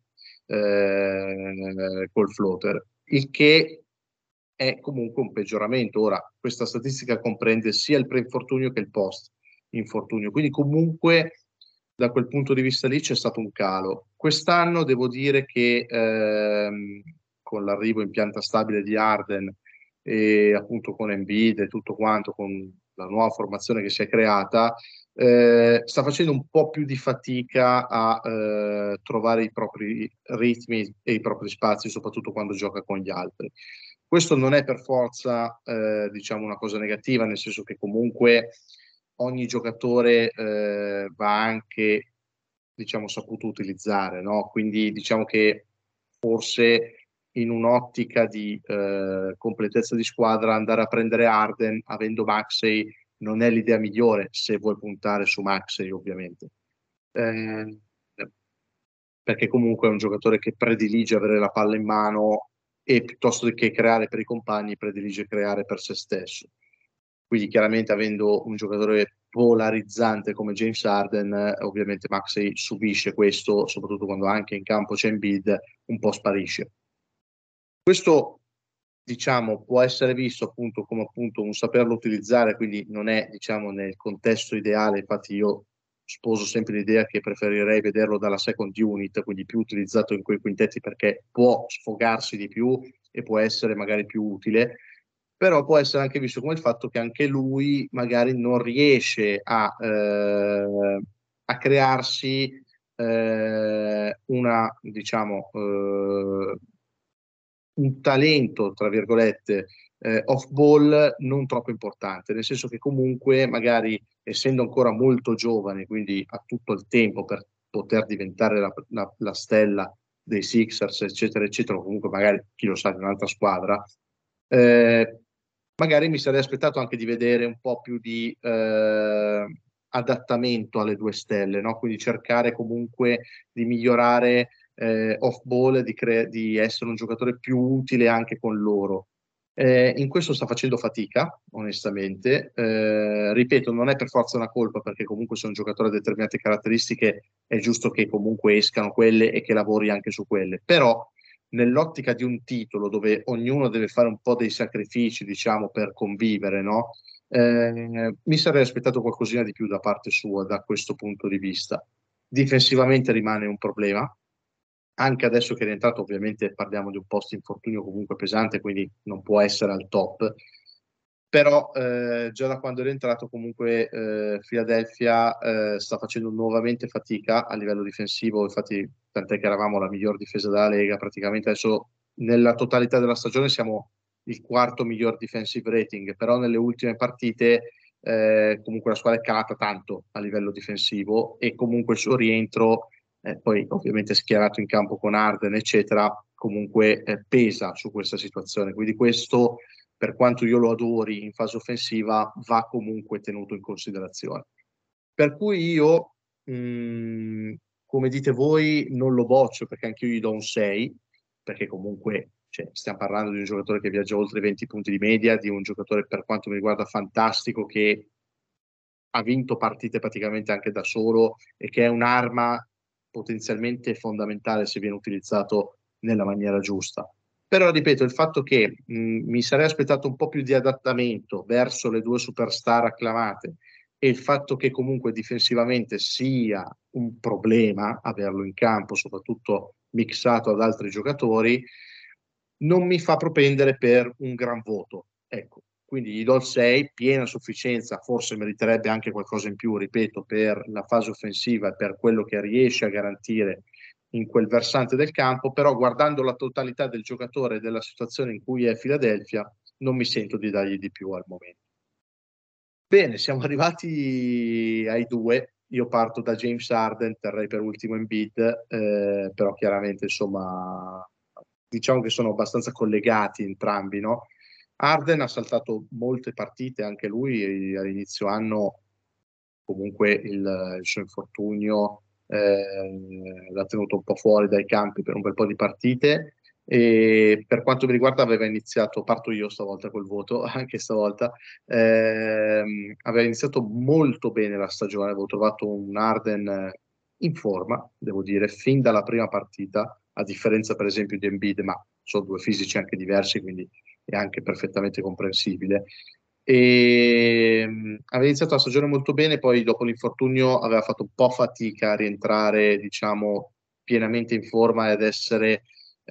col floater, il che è comunque un peggioramento. Ora, questa statistica comprende sia il pre-infortunio che il post-infortunio, quindi comunque da quel punto di vista lì c'è stato un calo. Quest'anno devo dire che con l'arrivo in pianta stabile di Harden e appunto con Embiid e tutto quanto, con la nuova formazione che si è creata, sta facendo un po' più di fatica a trovare i propri ritmi e i propri spazi, soprattutto quando gioca con gli altri. Questo non è per forza, diciamo, una cosa negativa, nel senso che comunque ogni giocatore va anche, diciamo, saputo utilizzare, no? Quindi diciamo che forse in un'ottica di completezza di squadra andare a prendere Harden avendo Maxey non è l'idea migliore, se vuoi puntare su Maxey, ovviamente. Perché comunque è un giocatore che predilige avere la palla in mano e piuttosto che creare per i compagni predilige creare per se stesso. Quindi chiaramente, avendo un giocatore polarizzante come James Harden, ovviamente Maxey subisce questo, soprattutto quando anche in campo c'è Embiid, un po' sparisce. Questo, diciamo, può essere visto appunto come appunto un saperlo utilizzare, quindi non è, diciamo, nel contesto ideale. Infatti io sposo sempre l'idea che preferirei vederlo dalla second unit, quindi più utilizzato in quei quintetti, perché può sfogarsi di più e può essere magari più utile, però può essere anche visto come il fatto che anche lui magari non riesce a crearsi una, diciamo, un talento, tra virgolette, off ball non troppo importante, nel senso che comunque magari, essendo ancora molto giovane, quindi ha tutto il tempo per poter diventare la stella dei Sixers, eccetera, eccetera, o comunque magari, chi lo sa, di un'altra squadra, magari mi sarei aspettato anche di vedere un po' più di adattamento alle due stelle, no? Quindi cercare comunque di migliorare off ball, di essere un giocatore più utile anche con loro. In questo sta facendo fatica, onestamente. Ripeto, non è per forza una colpa, perché comunque se un giocatore ha determinate caratteristiche è giusto che comunque escano quelle e che lavori anche su quelle. Però nell'ottica di un titolo dove ognuno deve fare un po' dei sacrifici, diciamo, per convivere, no? Mi sarei aspettato qualcosina di più da parte sua da questo punto di vista. Difensivamente rimane un problema, anche adesso che è rientrato. Ovviamente parliamo di un post infortunio comunque pesante, quindi non può essere al top, però già da quando è rientrato comunque Philadelphia sta facendo nuovamente fatica a livello difensivo, infatti tant'è che eravamo la miglior difesa della Lega, praticamente adesso nella totalità della stagione siamo il quarto miglior defensive rating, però nelle ultime partite comunque la squadra è calata tanto a livello difensivo e comunque il suo rientro, poi ovviamente schierato in campo con Harden eccetera, comunque pesa su questa situazione, quindi questo, per quanto io lo adori in fase offensiva, va comunque tenuto in considerazione. Per cui io, come dite voi, non lo boccio perché anche io gli do un 6, perché comunque stiamo parlando di un giocatore che viaggia oltre i 20 punti di media, di un giocatore per quanto mi riguarda fantastico, che ha vinto partite praticamente anche da solo e che è un'arma potenzialmente fondamentale se viene utilizzato nella maniera giusta. Però ripeto, il fatto che mi sarei aspettato un po' più di adattamento verso le due superstar acclamate e il fatto che comunque difensivamente sia un problema averlo in campo, soprattutto mixato ad altri giocatori, non mi fa propendere per un gran voto. Ecco, quindi gli do il 6, piena sufficienza, forse meriterebbe anche qualcosa in più, ripeto, per la fase offensiva e per quello che riesce a garantire in quel versante del campo, però guardando la totalità del giocatore e della situazione in cui è Philadelphia, non mi sento di dargli di più al momento. Bene, siamo arrivati ai due. Io parto da James Harden, terrei per ultimo Embiid, però chiaramente insomma diciamo che sono abbastanza collegati entrambi, no? Harden ha saltato molte partite, anche lui all'inizio anno comunque il suo infortunio l'ha tenuto un po' fuori dai campi per un bel po' di partite e per quanto mi riguarda aveva iniziato, parto io stavolta col voto, anche stavolta, aveva iniziato molto bene la stagione, avevo trovato un Harden in forma, devo dire, fin dalla prima partita, a differenza per esempio di Embiid, ma sono due fisici anche diversi, quindi è anche perfettamente comprensibile. E aveva iniziato la stagione molto bene, poi dopo l'infortunio aveva fatto un po' fatica a rientrare, diciamo, pienamente in forma ed essere,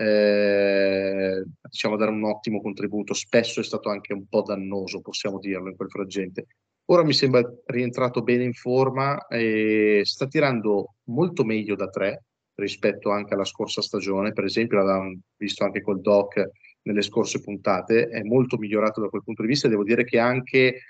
diciamo, dare un ottimo contributo. Spesso è stato anche un po' dannoso, possiamo dirlo, in quel frangente. Ora mi sembra rientrato bene in forma e sta tirando molto meglio da tre rispetto anche alla scorsa stagione. Per esempio, l'avevamo visto anche col Doc nelle scorse puntate, è molto migliorato da quel punto di vista. Devo dire che anche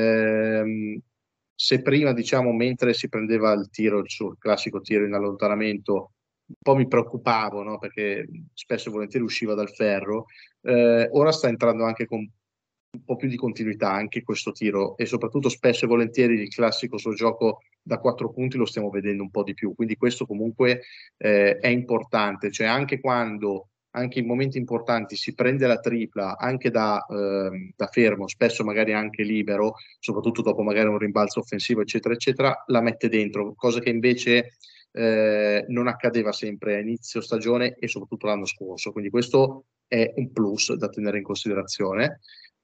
se prima, diciamo, mentre si prendeva il tiro, il suo classico tiro in allontanamento, un po' mi preoccupavo, no? Perché spesso e volentieri usciva dal ferro, ora sta entrando anche con un po' più di continuità anche questo tiro e soprattutto spesso e volentieri il classico suo gioco da 4 punti lo stiamo vedendo un po' di più, quindi questo comunque è importante, cioè anche quando anche in momenti importanti si prende la tripla anche da fermo, spesso magari anche libero, soprattutto dopo magari un rimbalzo offensivo eccetera eccetera, la mette dentro, cosa che invece non accadeva sempre a inizio stagione e soprattutto l'anno scorso, quindi questo è un plus da tenere in considerazione.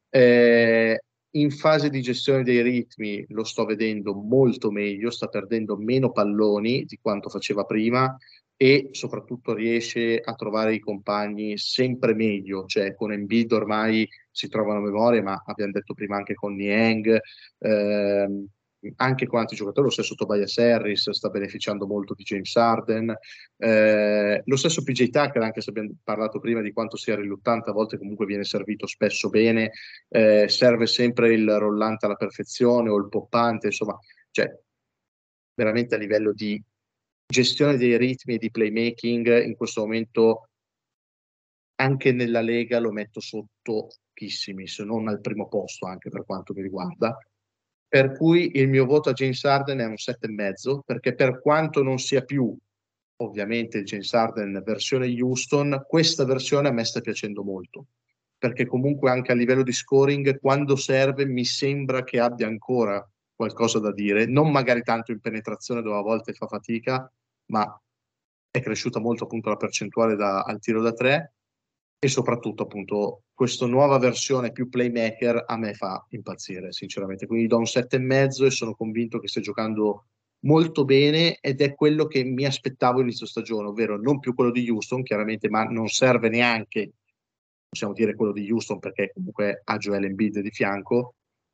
In fase di gestione dei ritmi lo sto vedendo molto meglio, sta perdendo meno palloni di quanto faceva prima e soprattutto riesce a trovare i compagni sempre meglio, cioè con Embiid ormai si trovano memorie, ma abbiamo detto prima anche con Niang, anche con altri giocatori, lo stesso Tobias Harris sta beneficiando molto di James Harden, lo stesso PJ Tucker, anche se abbiamo parlato prima di quanto sia riluttante, a volte comunque viene servito spesso bene, serve sempre il rollante alla perfezione o il poppante, insomma, cioè veramente a livello di gestione dei ritmi e di playmaking in questo momento anche nella Lega lo metto sotto pochissimi, se non al primo posto anche per quanto mi riguarda. Per cui il mio voto a James Harden è un 7,5, perché per quanto non sia più ovviamente il James Harden versione Houston, questa versione a me sta piacendo molto, perché comunque anche a livello di scoring, quando serve, mi sembra che abbia ancora qualcosa da dire, non magari tanto in penetrazione dove a volte fa fatica, ma è cresciuta molto appunto la percentuale al tiro da tre e soprattutto appunto questa nuova versione più playmaker a me fa impazzire sinceramente, quindi do un 7,5 e sono convinto che stia giocando molto bene ed è quello che mi aspettavo inizio stagione, ovvero non più quello di Houston chiaramente, ma non serve neanche, possiamo dire quello di Houston perché comunque ha Joel Embiid di fianco,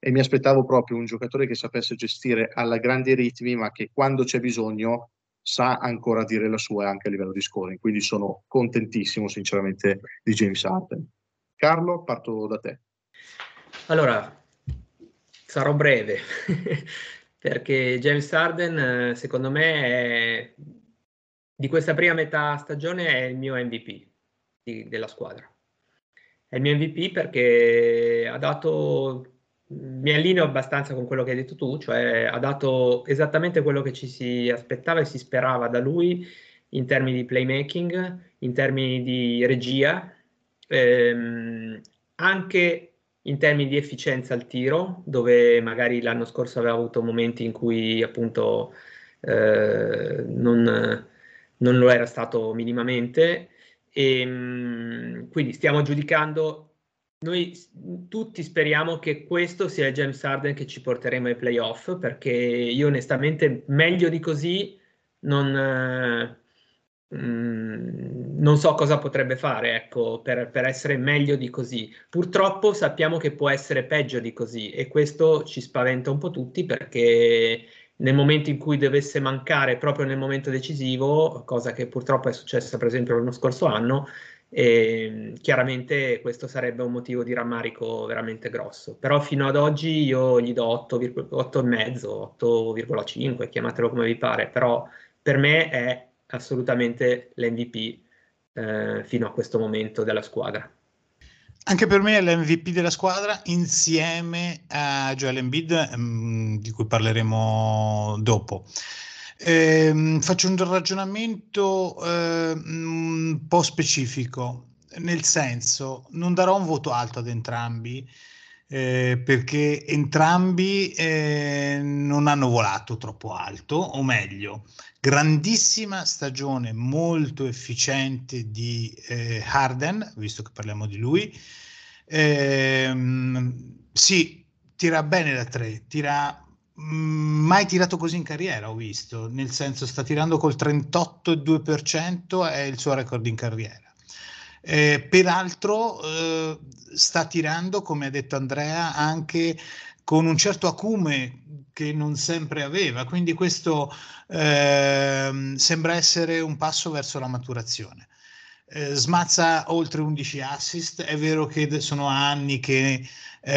e mi aspettavo proprio un giocatore che sapesse gestire alla grandi ritmi, ma che quando c'è bisogno sa ancora dire la sua anche a livello di scoring. Quindi sono contentissimo sinceramente di James Harden. Carlo, parto da te. Allora, sarò breve perché James Harden, secondo me, di questa prima metà stagione è il mio MVP della squadra. È il mio MVP perché ha dato, mi allineo abbastanza con quello che hai detto tu, cioè ha dato esattamente quello che ci si aspettava e si sperava da lui in termini di playmaking, in termini di regia, anche in termini di efficienza al tiro, dove magari l'anno scorso aveva avuto momenti in cui appunto non lo era stato minimamente. Quindi stiamo giudicando, noi tutti speriamo che questo sia il James Harden che ci porteremo ai playoff, perché io onestamente meglio di così non so cosa potrebbe fare, ecco, per essere meglio di così. Purtroppo sappiamo che può essere peggio di così e questo ci spaventa un po' tutti, perché nel momento in cui dovesse mancare, proprio nel momento decisivo, cosa che purtroppo è successa per esempio l'anno scorso anno, chiaramente questo sarebbe un motivo di rammarico veramente grosso. Però fino ad oggi io gli do 8,5, 8,5, chiamatelo come vi pare, però per me è assolutamente l'MVP fino a questo momento della squadra. Anche per me è l'MVP della squadra insieme a Joel Embiid, di cui parleremo dopo. Faccio un ragionamento un po' specifico, nel senso non darò un voto alto ad entrambi, perché entrambi non hanno volato troppo alto, o meglio, grandissima stagione molto efficiente di Harden, visto che parliamo di lui. Sì, tira bene da tre, mai tirato così in carriera, ho visto, nel senso sta tirando col 38,2%, è il suo record in carriera. Peraltro sta tirando, come ha detto Andrea, anche con un certo acume che non sempre aveva, quindi questo sembra essere un passo verso la maturazione. Smazza oltre 11 assist, è vero che sono anni che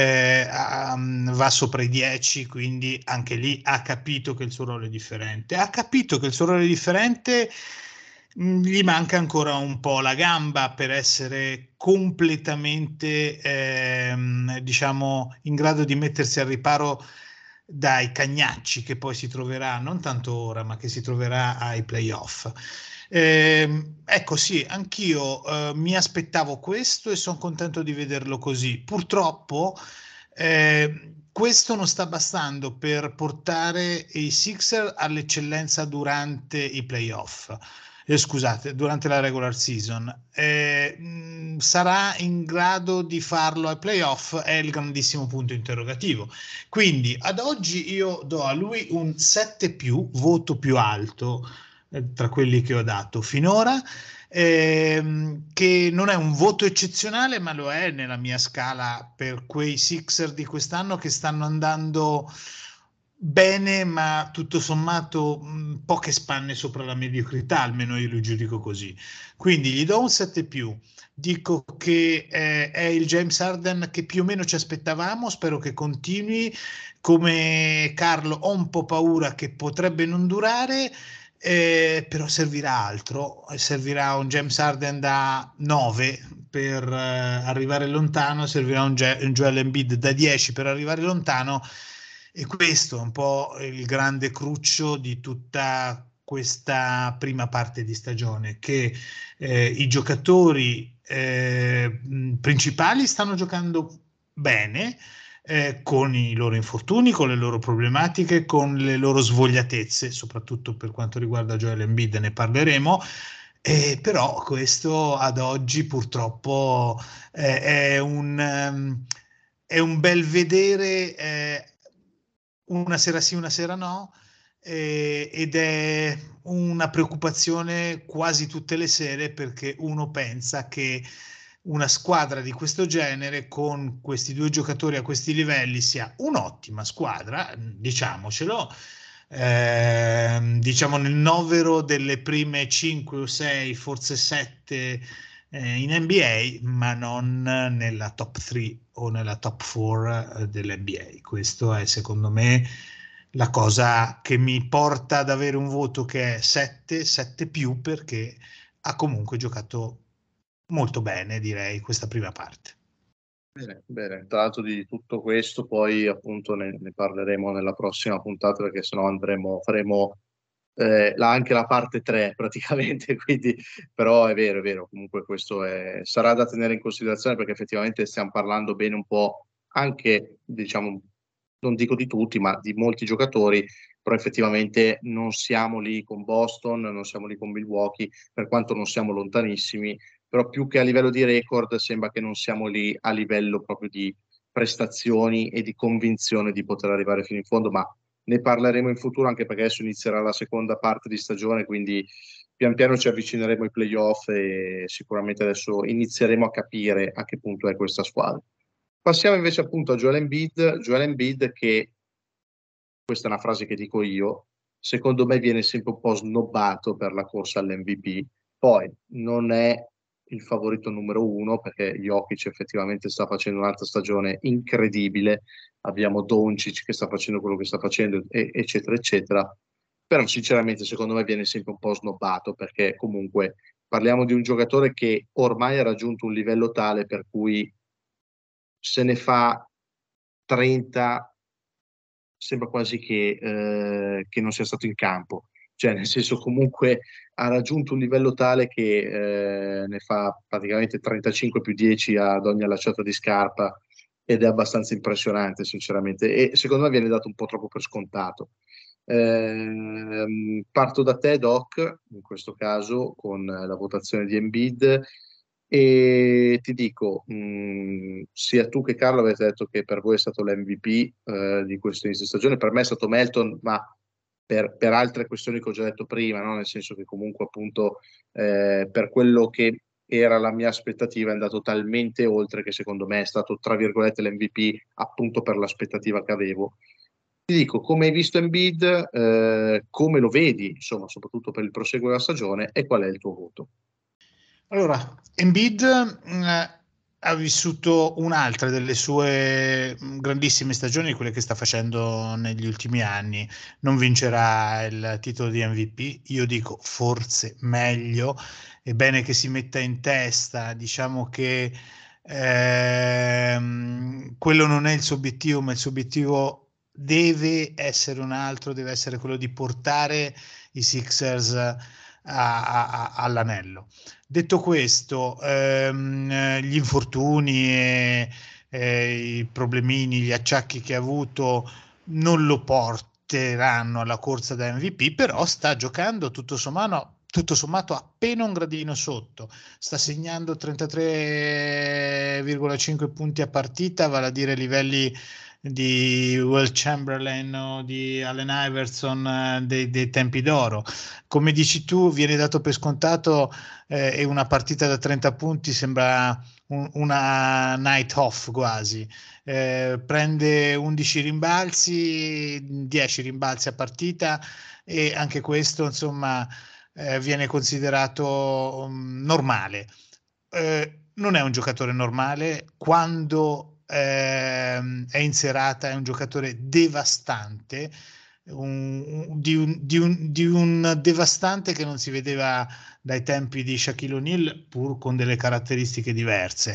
va sopra i 10, quindi anche lì ha capito che il suo ruolo è differente. Ha capito che il suo ruolo è differente, gli manca ancora un po' la gamba per essere completamente, diciamo, in grado di mettersi al riparo dai cagnacci che poi si troverà, non tanto ora, ma che si troverà ai playoff. Ecco, sì, anch'io mi aspettavo questo e sono contento di vederlo così. Purtroppo questo non sta bastando per portare i Sixers all'eccellenza durante i playoff. Scusate, durante la regular season. Sarà in grado di farlo ai playoff? È il grandissimo punto interrogativo. Quindi ad oggi io do a lui un 7+, voto più alto tra quelli che ho dato finora, che non è un voto eccezionale, ma lo è nella mia scala per quei Sixer di quest'anno che stanno andando bene, ma tutto sommato poche spanne sopra la mediocrità, almeno io lo giudico così. Quindi gli do un 7+. Dico che è il James Harden che più o meno ci aspettavamo, spero che continui. Come Carlo ho un po' paura che potrebbe non durare, però servirà altro, servirà un James Harden da 9 per arrivare lontano, servirà un Joel Embiid da 10 per arrivare lontano, e questo è un po' il grande cruccio di tutta questa prima parte di stagione, che i giocatori principali stanno giocando bene, con i loro infortuni, con le loro problematiche, con le loro svogliatezze, soprattutto per quanto riguarda Joel Embiid, ne parleremo. Però questo ad oggi purtroppo è un bel vedere, una sera sì, una sera no, ed è una preoccupazione quasi tutte le sere, perché uno pensa che una squadra di questo genere con questi due giocatori a questi livelli sia un'ottima squadra, diciamocelo, diciamo nel novero delle prime 5 o 6, forse 7 in NBA, ma non nella top 3 o nella top 4 dell'NBA. Questo è secondo me la cosa che mi porta ad avere un voto che è 7 più, perché ha comunque giocato molto bene, direi, questa prima parte. Bene, bene. Tra l'altro di tutto questo poi appunto ne parleremo nella prossima puntata, perché sennò faremo anche la parte 3 praticamente, quindi però è vero, comunque questo sarà da tenere in considerazione, perché effettivamente stiamo parlando bene un po' anche, diciamo, non dico di tutti, ma di molti giocatori, però effettivamente non siamo lì con Boston, non siamo lì con Milwaukee, per quanto non siamo lontanissimi, però più che a livello di record sembra che non siamo lì a livello proprio di prestazioni e di convinzione di poter arrivare fino in fondo, ma ne parleremo in futuro, anche perché adesso inizierà la seconda parte di stagione, quindi pian piano ci avvicineremo ai playoff e sicuramente adesso inizieremo a capire a che punto è questa squadra. Passiamo invece appunto a Joel Embiid che, questa è una frase che dico io, secondo me viene sempre un po' snobbato per la corsa all'MVP, poi non è il favorito numero uno, perché Jokic effettivamente sta facendo un'altra stagione incredibile, abbiamo Doncic che sta facendo quello che sta facendo, eccetera, eccetera, però sinceramente secondo me viene sempre un po' snobbato, perché comunque parliamo di un giocatore che ormai ha raggiunto un livello tale per cui se ne fa 30 sembra quasi che non sia stato in campo, cioè nel senso comunque ha raggiunto un livello tale che ne fa praticamente 35 più 10 ad ogni allacciata di scarpa, ed è abbastanza impressionante sinceramente, e secondo me viene dato un po' troppo per scontato. Parto da te, Doc, in questo caso con la votazione di Embiid, e ti dico, sia tu che Carlo avete detto che per voi è stato l'MVP di questo inizio stagione, per me è stato Melton, ma per altre questioni che ho già detto prima, no? Nel senso che comunque appunto per quello che era la mia aspettativa è andato talmente oltre che secondo me è stato tra virgolette l'MVP appunto per l'aspettativa che avevo. Ti dico, come hai visto Embiid, come lo vedi, insomma, soprattutto per il proseguo della stagione, e qual è il tuo voto? Allora, Embiid ha vissuto un'altra delle sue grandissime stagioni, quelle che sta facendo negli ultimi anni. Non vincerà il titolo di MVP, io dico forse meglio, è bene che si metta in testa, diciamo che quello non è il suo obiettivo, ma il suo obiettivo deve essere un altro, deve essere quello di portare i Sixers all'anello. Detto questo, gli infortuni e i problemini, gli acciacchi che ha avuto non lo porteranno alla corsa da MVP, però sta giocando tutto sommato appena un gradino sotto, sta segnando 33,5 punti a partita, vale a dire livelli di Will Chamberlain o di Allen Iverson dei tempi d'oro. Come dici tu, viene dato per scontato e una partita da 30 punti sembra una night off quasi. Prende 11 rimbalzi, 10 rimbalzi a partita, e anche questo insomma viene considerato normale. Non è un giocatore normale, quando è in serata è un giocatore devastante, di un devastante che non si vedeva dai tempi di Shaquille O'Neal, pur con delle caratteristiche diverse.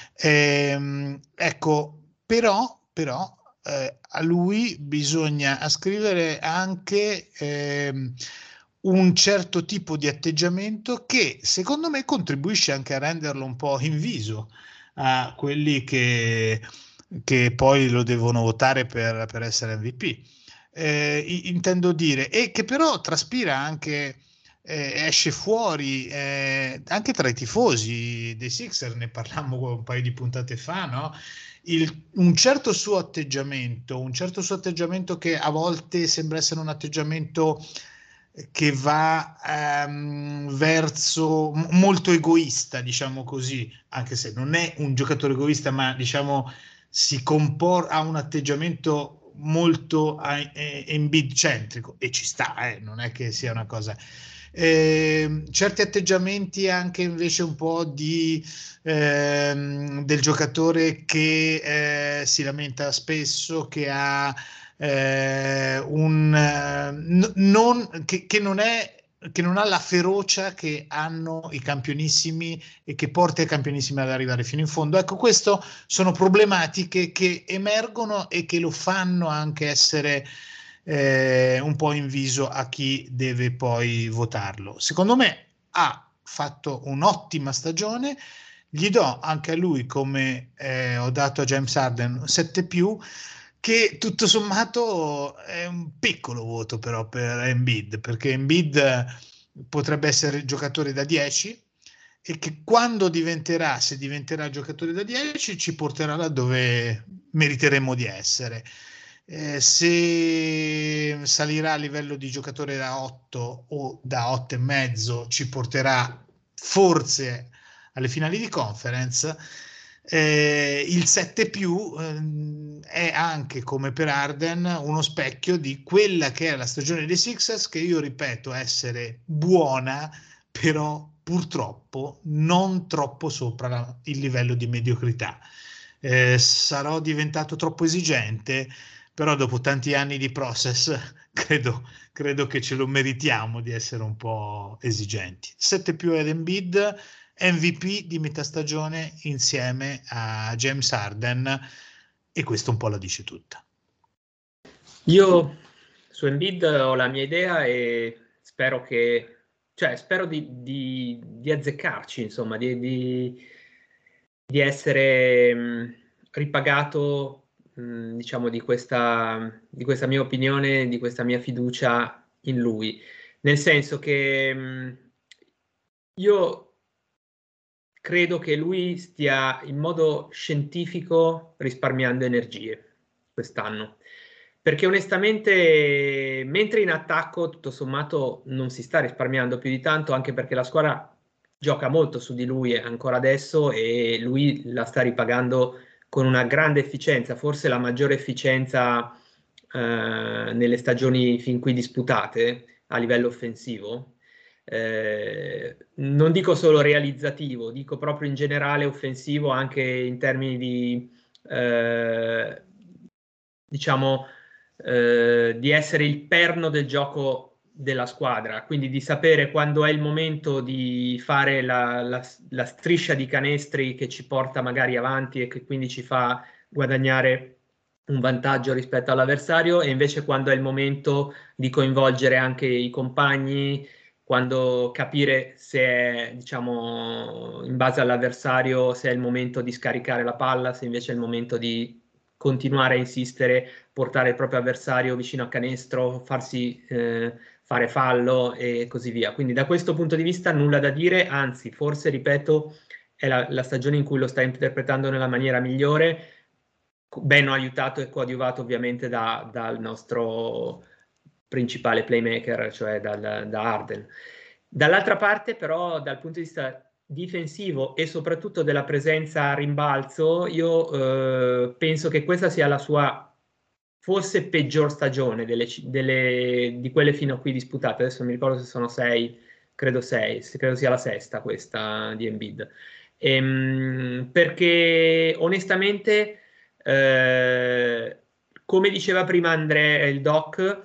Ecco, però a lui bisogna ascrivere anche un certo tipo di atteggiamento che secondo me contribuisce anche a renderlo un po' inviso a quelli che poi lo devono votare per essere MVP. Intendo dire, e che però traspira anche, esce fuori anche tra i tifosi dei Sixers, ne parlammo un paio di puntate fa, no? Un certo suo atteggiamento che a volte sembra essere un atteggiamento che va verso molto egoista, diciamo così, anche se non è un giocatore egoista, ma diciamo si comporta, ha un atteggiamento molto Embiid centrico, e ci sta, non è che sia una cosa. Certi atteggiamenti anche invece un po' del giocatore che si lamenta spesso, che ha che non ha la ferocia che hanno i campionissimi e che porta i campionissimi ad arrivare fino in fondo. Ecco, questo sono problematiche che emergono e che lo fanno anche essere un po' in viso a chi deve poi votarlo. Secondo me ha fatto un'ottima stagione, gli do anche a lui, come ho dato a James Harden, 7+, che tutto sommato è un piccolo voto però per Embiid, perché Embiid potrebbe essere giocatore da 10 e che quando diventerà, se diventerà giocatore da 10, ci porterà là dove meriteremo di essere. Se salirà a livello di giocatore da 8 o da 8,5, ci porterà forse alle finali di conference. Il 7+, è anche, come per Harden, uno specchio di quella che è la stagione dei Sixers, che io ripeto essere buona, però purtroppo non troppo sopra il livello di mediocrità. Sarò diventato troppo esigente, però dopo tanti anni di process credo che ce lo meritiamo di essere un po' esigenti. 7+ ed Embiid, MVP di metà stagione insieme a James Harden, e questo un po' la dice tutta. Io su Embiid ho la mia idea e spero di azzeccarci, insomma, di essere ripagato, diciamo, di questa mia opinione, di questa mia fiducia in lui, nel senso che io credo che lui stia in modo scientifico risparmiando energie quest'anno, perché onestamente mentre in attacco tutto sommato non si sta risparmiando più di tanto, anche perché la squadra gioca molto su di lui ancora adesso e lui la sta ripagando con una grande efficienza, forse la maggiore efficienza nelle stagioni fin qui disputate a livello offensivo. Non dico solo realizzativo, dico proprio in generale offensivo, anche in termini di diciamo di essere il perno del gioco della squadra, quindi di sapere quando è il momento di fare la striscia di canestri che ci porta magari avanti e che quindi ci fa guadagnare un vantaggio rispetto all'avversario, e invece quando è il momento di coinvolgere anche i compagni, quando capire se è, diciamo, in base all'avversario, se è il momento di scaricare la palla, se invece è il momento di continuare a insistere, portare il proprio avversario vicino a canestro, farsi fare fallo e così via. Quindi da questo punto di vista nulla da dire, anzi forse, ripeto, è la stagione in cui lo sta interpretando nella maniera migliore, ben aiutato e coadiuvato ovviamente dal nostro principale playmaker, cioè da Harden. Dall'altra parte però, dal punto di vista difensivo e soprattutto della presenza a rimbalzo, io penso che questa sia la sua forse peggior stagione di quelle fino a qui disputate. Adesso non mi ricordo se sono 6, credo sia la sesta questa di Embiid. Perché onestamente, come diceva prima Andrea, il doc,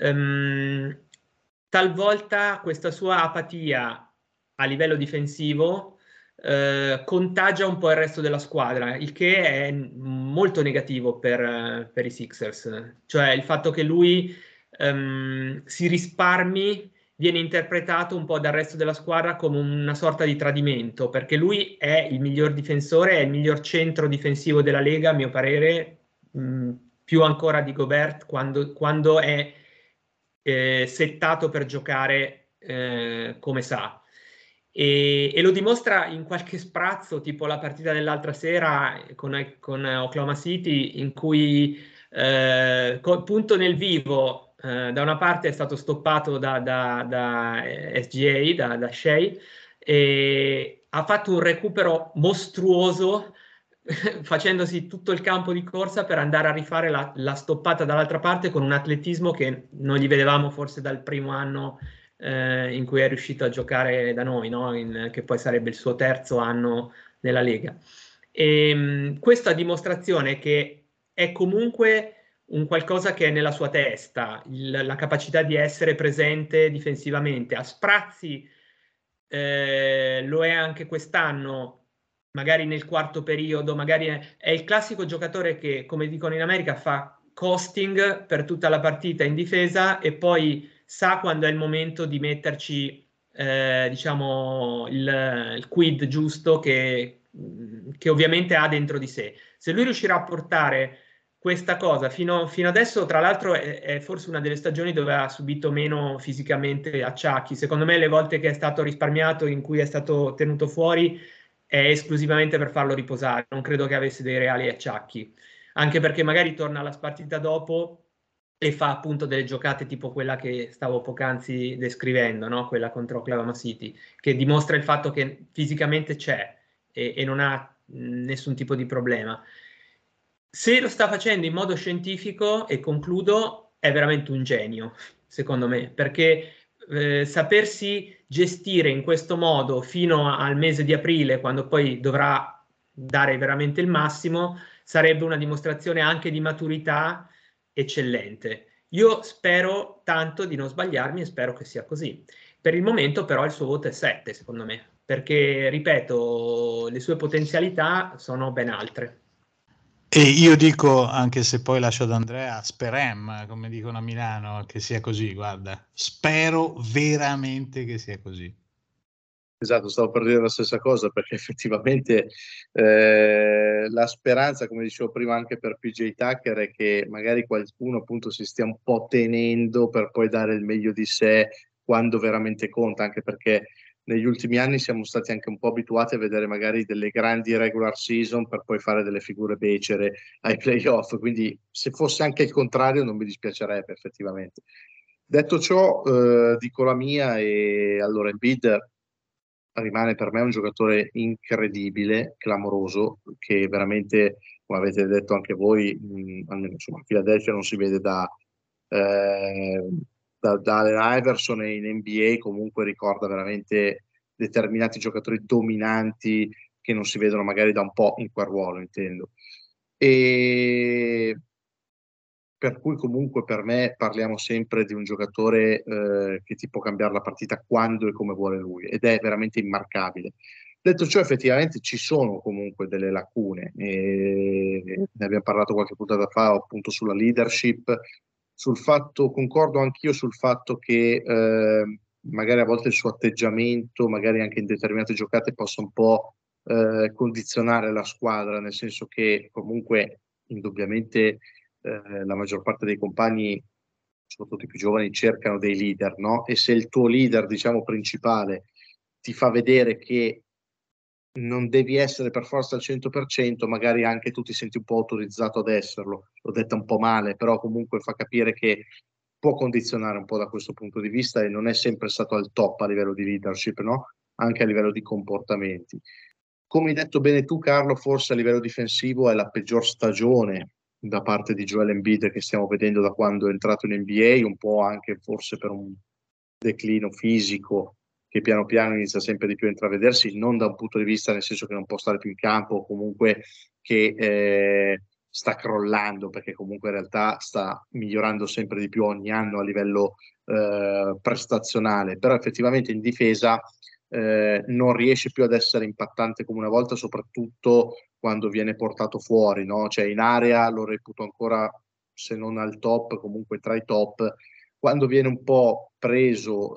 talvolta questa sua apatia a livello difensivo contagia un po' il resto della squadra, il che è molto negativo per i Sixers. Cioè il fatto che lui si risparmi viene interpretato un po' dal resto della squadra come una sorta di tradimento, perché lui è il miglior difensore, è il miglior centro difensivo della Lega, a mio parere, più ancora di Gobert quando è settato per giocare come sa. E lo dimostra in qualche sprazzo, tipo la partita dell'altra sera con Oklahoma City, in cui punto nel vivo da una parte è stato stoppato da SGA, da Shea, e ha fatto un recupero mostruoso facendosi tutto il campo di corsa per andare a rifare la stoppata dall'altra parte con un atletismo che non gli vedevamo forse dal primo anno in cui è riuscito a giocare da noi, no? Che poi sarebbe il suo terzo anno nella Lega. E questa dimostrazione che è comunque un qualcosa che è nella sua testa, la capacità di essere presente difensivamente. A sprazzi lo è anche quest'anno, magari nel quarto periodo, magari è il classico giocatore che, come dicono in America, fa costing per tutta la partita in difesa e poi sa quando è il momento di metterci diciamo il quid giusto che ovviamente ha dentro di sé. Se lui riuscirà a portare questa cosa fino adesso, tra l'altro è forse una delle stagioni dove ha subito meno fisicamente acciacchi. Secondo me le volte che è stato risparmiato, in cui è stato tenuto fuori, è esclusivamente per farlo riposare. Non credo che avesse dei reali acciacchi, anche perché magari torna alla partita dopo e fa appunto delle giocate tipo quella che stavo poc'anzi descrivendo, no? Quella contro Oklahoma City, che dimostra il fatto che fisicamente c'è e non ha nessun tipo di problema. Se lo sta facendo in modo scientifico, e concludo, è veramente un genio, secondo me, perché sapersi gestire in questo modo fino al mese di aprile, quando poi dovrà dare veramente il massimo, sarebbe una dimostrazione anche di maturità eccellente. Io spero tanto di non sbagliarmi e spero che sia così. Per il momento però il suo voto è 7, secondo me, perché, ripeto, le sue potenzialità sono ben altre. E io dico, anche se poi lascio ad Andrea, sperem, come dicono a Milano, che sia così, guarda, spero veramente che sia così. Esatto, stavo per dire la stessa cosa, perché effettivamente la speranza, come dicevo prima anche per PJ Tucker, è che magari qualcuno appunto si stia un po' tenendo per poi dare il meglio di sé quando veramente conta, anche perché negli ultimi anni siamo stati anche un po' abituati a vedere magari delle grandi regular season per poi fare delle figure becere ai playoff, quindi se fosse anche il contrario non mi dispiacerebbe effettivamente. Detto ciò, dico la mia, e allora Embiid rimane per me un giocatore incredibile, clamoroso, che veramente, come avete detto anche voi, almeno insomma a Philadelphia non si vede da Allen Iverson, e in NBA comunque ricorda veramente determinati giocatori dominanti che non si vedono magari da un po' in quel ruolo, intendo. E per cui comunque per me parliamo sempre di un giocatore che ti può cambiare la partita quando e come vuole lui, ed è veramente immarcabile. Detto ciò, effettivamente ci sono comunque delle lacune, e ne abbiamo parlato qualche puntata fa appunto sulla leadership, sul fatto, concordo anch'io sul fatto che magari a volte il suo atteggiamento, magari anche in determinate giocate, possa un po' condizionare la squadra, nel senso che comunque indubbiamente la maggior parte dei compagni, soprattutto i più giovani, cercano dei leader, no? E se il tuo leader, diciamo, principale ti fa vedere che non devi essere per forza al 100%, magari anche tu ti senti un po' autorizzato ad esserlo. L'ho detta un po' male, però comunque fa capire che può condizionare un po' da questo punto di vista, e non è sempre stato al top a livello di leadership, no? Anche a livello di comportamenti. Come hai detto bene tu, Carlo, forse a livello difensivo è la peggior stagione da parte di Joel Embiid che stiamo vedendo da quando è entrato in NBA, un po' anche forse per un declino fisico che piano piano inizia sempre di più a intravedersi, non da un punto di vista nel senso che non può stare più in campo, o comunque che sta crollando, perché comunque in realtà sta migliorando sempre di più ogni anno a livello prestazionale, però effettivamente in difesa non riesce più ad essere impattante come una volta, soprattutto quando viene portato fuori, no? Cioè in area lo reputo ancora, se non al top, comunque tra i top. Quando viene un po' preso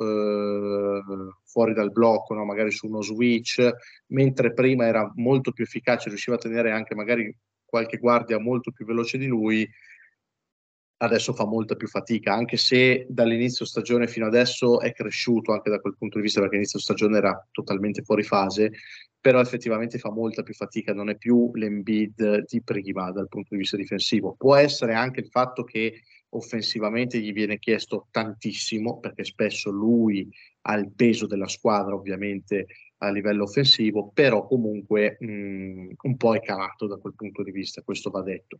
fuori dal blocco, no? Magari su uno switch, mentre prima era molto più efficace, riusciva a tenere anche magari qualche guardia molto più veloce di lui, adesso fa molta più fatica, anche se dall'inizio stagione fino adesso è cresciuto anche da quel punto di vista, perché inizio stagione era totalmente fuori fase, però effettivamente fa molta più fatica, non è più l'Embiid di prima dal punto di vista difensivo. Può essere anche il fatto che offensivamente gli viene chiesto tantissimo, perché spesso lui ha il peso della squadra ovviamente a livello offensivo, però comunque un po' è calato da quel punto di vista, questo va detto.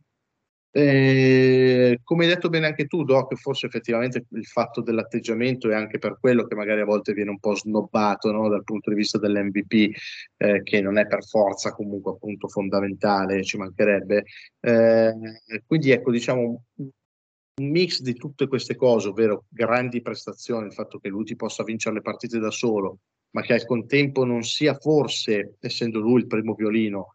Come hai detto bene anche tu, Doc, forse effettivamente il fatto dell'atteggiamento è anche per quello che magari a volte viene un po' snobbato, no, dal punto di vista dell'MVP, che non è per forza comunque appunto fondamentale, ci mancherebbe. Quindi ecco, diciamo un mix di tutte queste cose, ovvero grandi prestazioni, il fatto che lui ti possa vincere le partite da solo, ma che al contempo non sia forse, essendo lui il primo violino,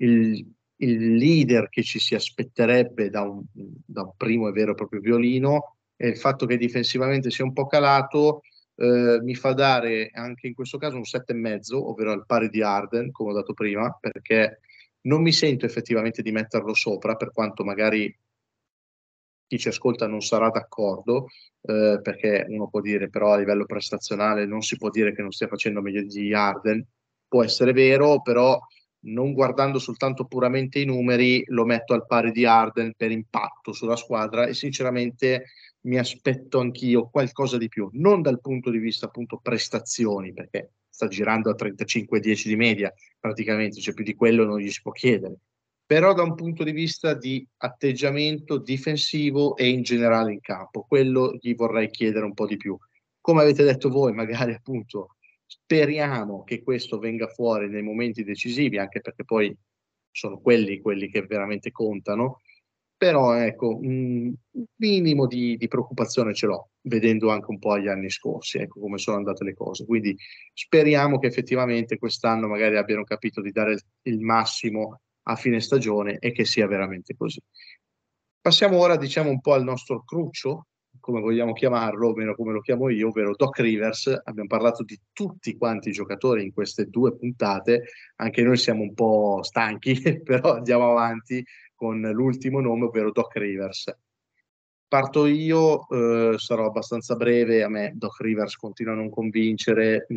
il leader che ci si aspetterebbe da un primo e vero e proprio violino, e il fatto che difensivamente sia un po' calato, mi fa dare anche in questo caso un 7,5, ovvero al pari di Harden, come ho dato prima, perché non mi sento effettivamente di metterlo sopra, per quanto magari chi ci ascolta non sarà d'accordo, perché uno può dire però a livello prestazionale non si può dire che non stia facendo meglio di Harden, può essere vero, però non guardando soltanto puramente i numeri lo metto al pari di Harden per impatto sulla squadra, e sinceramente mi aspetto anch'io qualcosa di più, non dal punto di vista appunto prestazioni, perché sta girando a 35-10 di media praticamente, cioè più di quello non gli si può chiedere, però da un punto di vista di atteggiamento difensivo e in generale in campo, quello gli vorrei chiedere un po' di più. Come avete detto voi, magari appunto speriamo che questo venga fuori nei momenti decisivi, anche perché poi sono quelli che veramente contano, però ecco, un minimo di preoccupazione ce l'ho, vedendo anche un po' agli anni scorsi, ecco come sono andate le cose. Quindi speriamo che effettivamente quest'anno magari abbiano capito di dare il massimo a fine stagione e che sia veramente così. Passiamo ora, diciamo, un po' al nostro cruccio, come vogliamo chiamarlo, o meno come lo chiamo io, ovvero Doc Rivers. Abbiamo parlato di tutti quanti i giocatori in queste 2 puntate, anche noi siamo un po' stanchi, però andiamo avanti con l'ultimo nome, ovvero Doc Rivers. Parto io, sarò abbastanza breve, a me Doc Rivers continua a non convincere,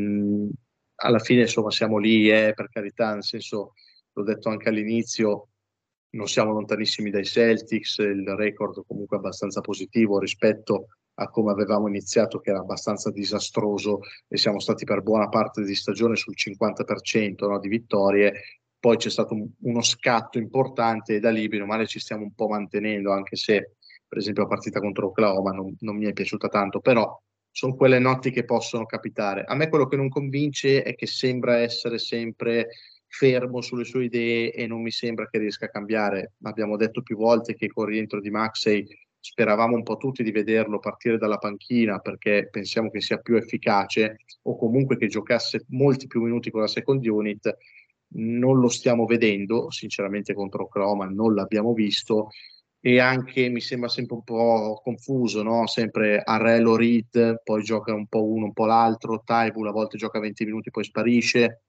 alla fine insomma siamo lì, per carità, nel senso, l'ho detto anche all'inizio, non siamo lontanissimi dai Celtics, il record comunque è abbastanza positivo rispetto a come avevamo iniziato, che era abbastanza disastroso, e siamo stati per buona parte di stagione sul 50%, no, di vittorie. Poi c'è stato uno scatto importante e da lì bene o male ci stiamo un po' mantenendo, anche se per esempio la partita contro Oklahoma non mi è piaciuta tanto, però sono quelle notti che possono capitare. A me quello che non convince è che sembra essere sempre fermo sulle sue idee e non mi sembra che riesca a cambiare. Abbiamo detto più volte che con il rientro di Maxey speravamo un po' tutti di vederlo partire dalla panchina, perché pensiamo che sia più efficace, o comunque che giocasse molti più minuti con la second unit. Non lo stiamo vedendo, sinceramente contro Oklahoma non l'abbiamo visto, e anche mi sembra sempre un po' confuso, no? Sempre Arrelo Reed, poi gioca un po' uno, un po' l'altro, Taibu a volte gioca 20 minuti poi sparisce,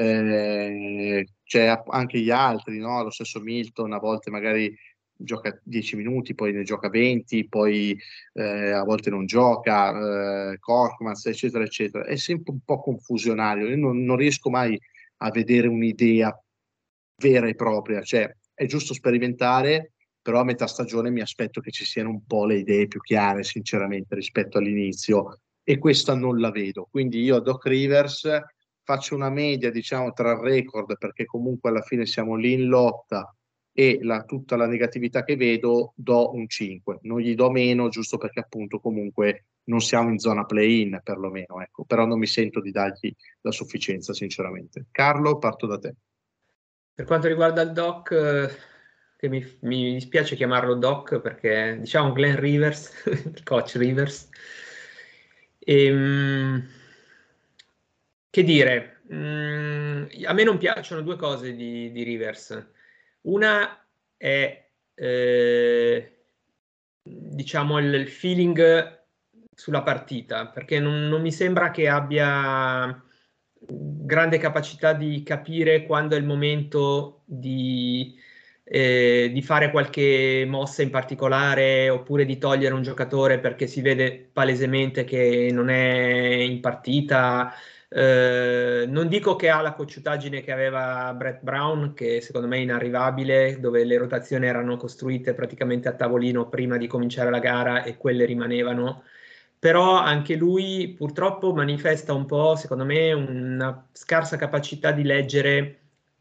c'è anche gli altri, no? Lo stesso Milton a volte magari gioca 10 minuti, poi ne gioca 20, poi a volte non gioca, Korkmaz, eccetera, eccetera. È sempre un po' confusionario, io non riesco mai a vedere un'idea vera e propria, cioè è giusto sperimentare, però a metà stagione mi aspetto che ci siano un po' le idee più chiare, sinceramente, rispetto all'inizio, e questa non la vedo. Quindi io a Doc Rivers faccio una media, diciamo, tra il record, perché comunque alla fine siamo lì in lotta, e tutta la negatività che vedo, do un 5. Non gli do meno, giusto perché appunto comunque non siamo in zona play-in, perlomeno, ecco. Però non mi sento di dargli la sufficienza, sinceramente. Carlo, parto da te. Per quanto riguarda il Doc, che mi dispiace chiamarlo Doc perché diciamo Glenn Rivers, il coach Rivers. Che dire, a me non piacciono 2 cose di Rivers. Una è, diciamo, il feeling sulla partita, perché non mi sembra che abbia grande capacità di capire quando è il momento di fare qualche mossa in particolare, oppure di togliere un giocatore perché si vede palesemente che non è in partita, Non dico che ha la cocciutaggine che aveva Brett Brown, che secondo me è inarrivabile, dove le rotazioni erano costruite praticamente a tavolino prima di cominciare la gara e quelle rimanevano, però anche lui purtroppo manifesta un po', secondo me, una scarsa capacità di leggere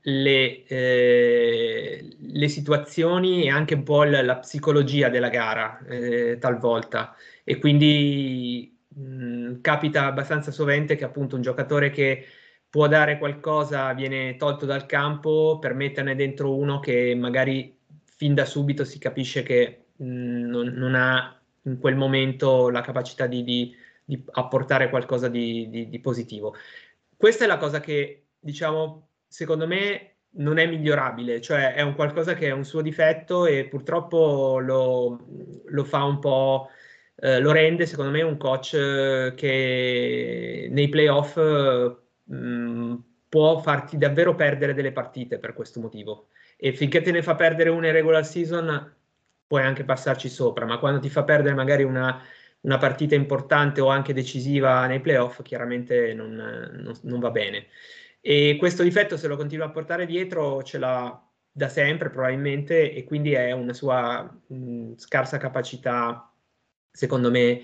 le situazioni e anche un po' la psicologia della gara, talvolta, e quindi capita abbastanza sovente che appunto un giocatore che può dare qualcosa viene tolto dal campo per metterne dentro uno che magari fin da subito si capisce che non ha in quel momento la capacità di apportare qualcosa di positivo. Questa è la cosa che, diciamo, secondo me non è migliorabile, cioè è un qualcosa che è un suo difetto e purtroppo lo fa un po', lo rende secondo me un coach che nei playoff può farti davvero perdere delle partite per questo motivo, e finché te ne fa perdere una in regular season puoi anche passarci sopra, ma quando ti fa perdere magari una partita importante o anche decisiva nei playoff, chiaramente non va bene. E questo difetto, se lo continua a portare dietro, ce l'ha da sempre probabilmente, e quindi è una sua scarsa capacità, secondo me,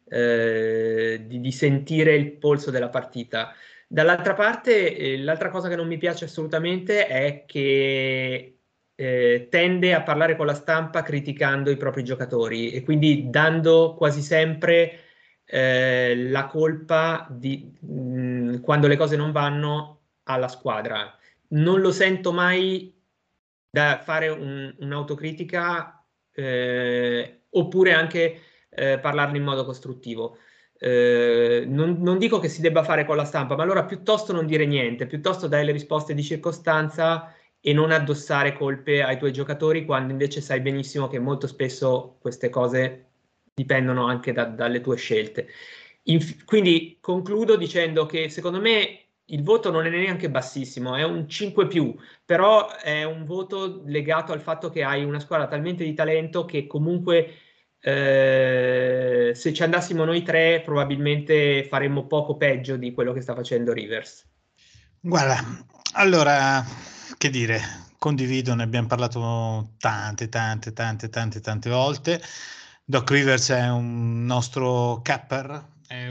di sentire il polso della partita. Dall'altra parte, l'altra cosa che non mi piace assolutamente è che tende a parlare con la stampa criticando i propri giocatori e quindi dando quasi sempre la colpa quando le cose non vanno alla squadra. Non lo sento mai da fare un'autocritica oppure anche parlarne in modo costruttivo. Non dico che si debba fare con la stampa, ma allora piuttosto non dire niente, piuttosto dai le risposte di circostanza e non addossare colpe ai tuoi giocatori, quando invece sai benissimo che molto spesso queste cose dipendono anche dalle tue scelte. Quindi concludo dicendo che secondo me il voto non è neanche bassissimo, è un 5+, però è un voto legato al fatto che hai una squadra talmente di talento che comunque se ci andassimo noi tre probabilmente faremmo poco peggio di quello che sta facendo Rivers. Guarda, allora, che dire, condivido, ne abbiamo parlato tante volte. Doc Rivers è un nostro capper, è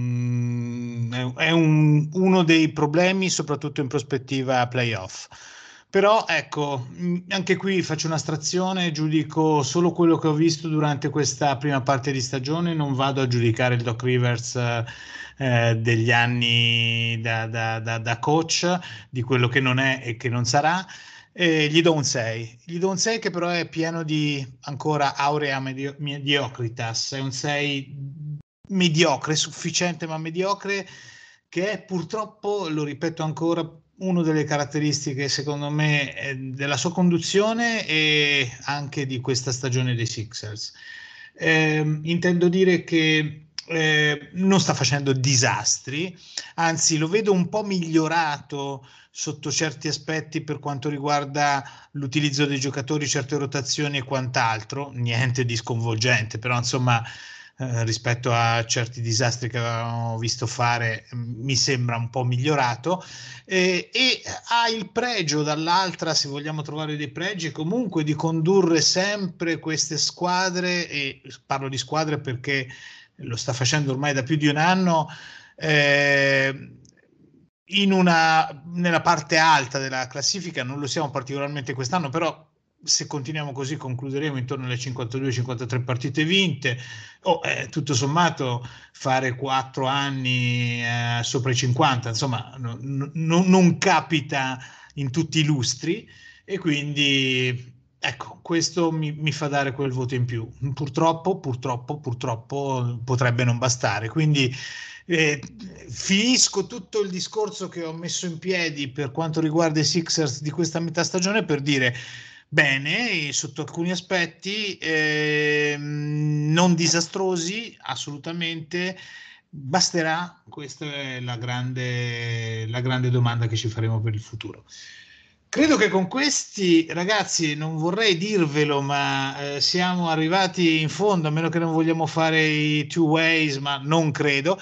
uno dei problemi, soprattutto in prospettiva playoff. Però ecco, anche qui faccio un'astrazione, giudico solo quello che ho visto durante questa prima parte di stagione, non vado a giudicare il Doc Rivers degli anni da coach, di quello che non è e che non sarà. Gli do un 6, che però è pieno di ancora aurea mediocritas, è un 6 mediocre, sufficiente ma mediocre, che è purtroppo, lo ripeto ancora, una delle caratteristiche secondo me della sua conduzione e anche di questa stagione dei Sixers. Intendo dire che non sta facendo disastri, anzi lo vedo un po' migliorato sotto certi aspetti per quanto riguarda l'utilizzo dei giocatori, certe rotazioni e quant'altro, niente di sconvolgente, però insomma rispetto a certi disastri che avevamo visto fare mi sembra un po' migliorato e ha il pregio dall'altra, se vogliamo trovare dei pregi, comunque di condurre sempre queste squadre, e parlo di squadre perché lo sta facendo ormai da più di un anno, nella parte alta della classifica. Non lo siamo particolarmente quest'anno, però se continuiamo così concluderemo intorno alle 52-53 partite vinte. Tutto sommato fare 4 anni sopra i 50, insomma non capita in tutti i lustri, e quindi ecco, questo mi fa dare quel voto in più. Purtroppo potrebbe non bastare, quindi finisco tutto il discorso che ho messo in piedi per quanto riguarda i Sixers di questa metà stagione per dire bene sotto alcuni aspetti, non disastrosi assolutamente, basterà. Questa è la grande domanda che ci faremo per il futuro. Credo che con questi, ragazzi, non vorrei dirvelo, ma siamo arrivati in fondo, a meno che non vogliamo fare i two ways, ma non credo.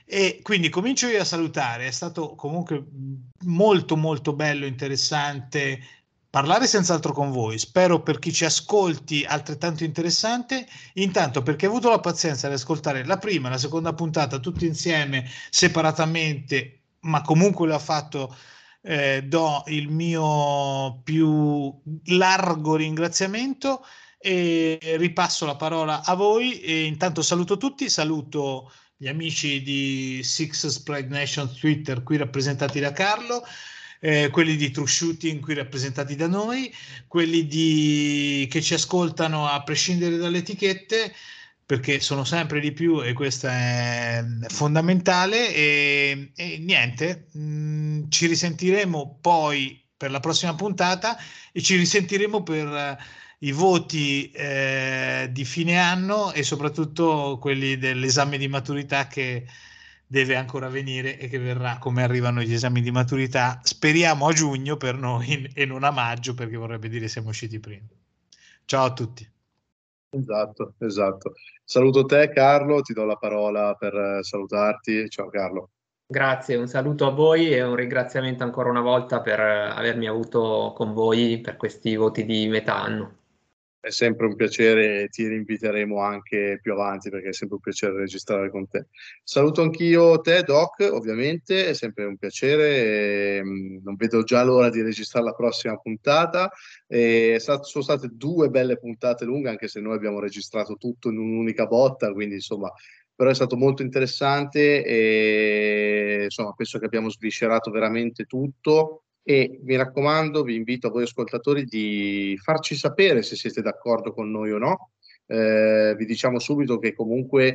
E quindi comincio io a salutare. È stato comunque molto molto bello, interessante parlare senz'altro con voi. Spero per chi ci ascolti altrettanto interessante. Intanto, perché ha avuto la pazienza di ascoltare la prima e la seconda puntata tutti insieme, separatamente, ma comunque l'ha fatto, do il mio più largo ringraziamento e ripasso la parola a voi. E intanto saluto tutti, saluto gli amici di Six Spread Nation Twitter qui rappresentati da Carlo, quelli di True Shooting qui rappresentati da noi, quelli che ci ascoltano a prescindere dalle etichette, perché sono sempre di più e questo è fondamentale. E niente, ci risentiremo poi per la prossima puntata e ci risentiremo per i voti di fine anno e soprattutto quelli dell'esame di maturità che deve ancora venire e che verrà come arrivano gli esami di maturità, speriamo a giugno per noi e non a maggio, perché vorrebbe dire siamo usciti prima. Ciao a tutti. Esatto, esatto. Saluto te Carlo, ti do la parola per salutarti. Ciao Carlo. Grazie, un saluto a voi e un ringraziamento ancora una volta per avermi avuto con voi per questi voti di metà anno. È sempre un piacere e ti rinviteremo anche più avanti perché è sempre un piacere registrare con te. Saluto anch'io te, Doc, ovviamente, è sempre un piacere. Non vedo già l'ora di registrare la prossima puntata. Sono state 2 belle puntate lunghe, anche se noi abbiamo registrato tutto in un'unica botta, quindi insomma, però è stato molto interessante e insomma, penso che abbiamo sviscerato veramente tutto. E mi raccomando, vi invito a voi ascoltatori di farci sapere se siete d'accordo con noi o no. Vi diciamo subito che comunque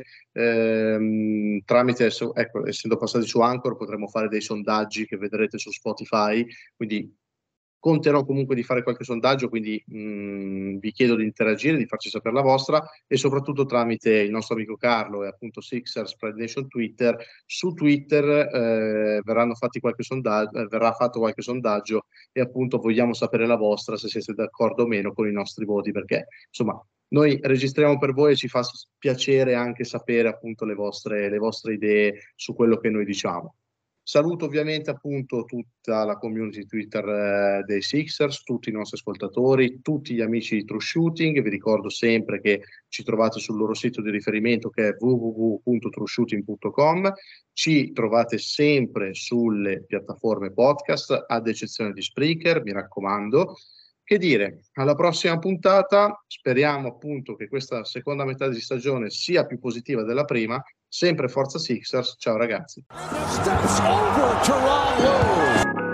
tramite, ecco, essendo passati su Anchor, potremo fare dei sondaggi che vedrete su Spotify, quindi conterò comunque di fare qualche sondaggio, quindi vi chiedo di interagire, di farci sapere la vostra e soprattutto tramite il nostro amico Carlo e appunto Sixers Spread Nation Twitter. Su Twitter verrà fatto qualche sondaggio e appunto vogliamo sapere la vostra, se siete d'accordo o meno con i nostri voti, perché insomma noi registriamo per voi e ci fa piacere anche sapere appunto le vostre idee su quello che noi diciamo. Saluto ovviamente appunto tutta la community Twitter dei Sixers, tutti i nostri ascoltatori, tutti gli amici di True Shooting. Vi ricordo sempre che ci trovate sul loro sito di riferimento che è www.trueshooting.com. Ci trovate sempre sulle piattaforme podcast, ad eccezione di Spreaker, mi raccomando. Che dire, alla prossima puntata, speriamo appunto che questa seconda metà di stagione sia più positiva della prima. Sempre Forza Sixers, ciao ragazzi. Steps over Tyronn Lue.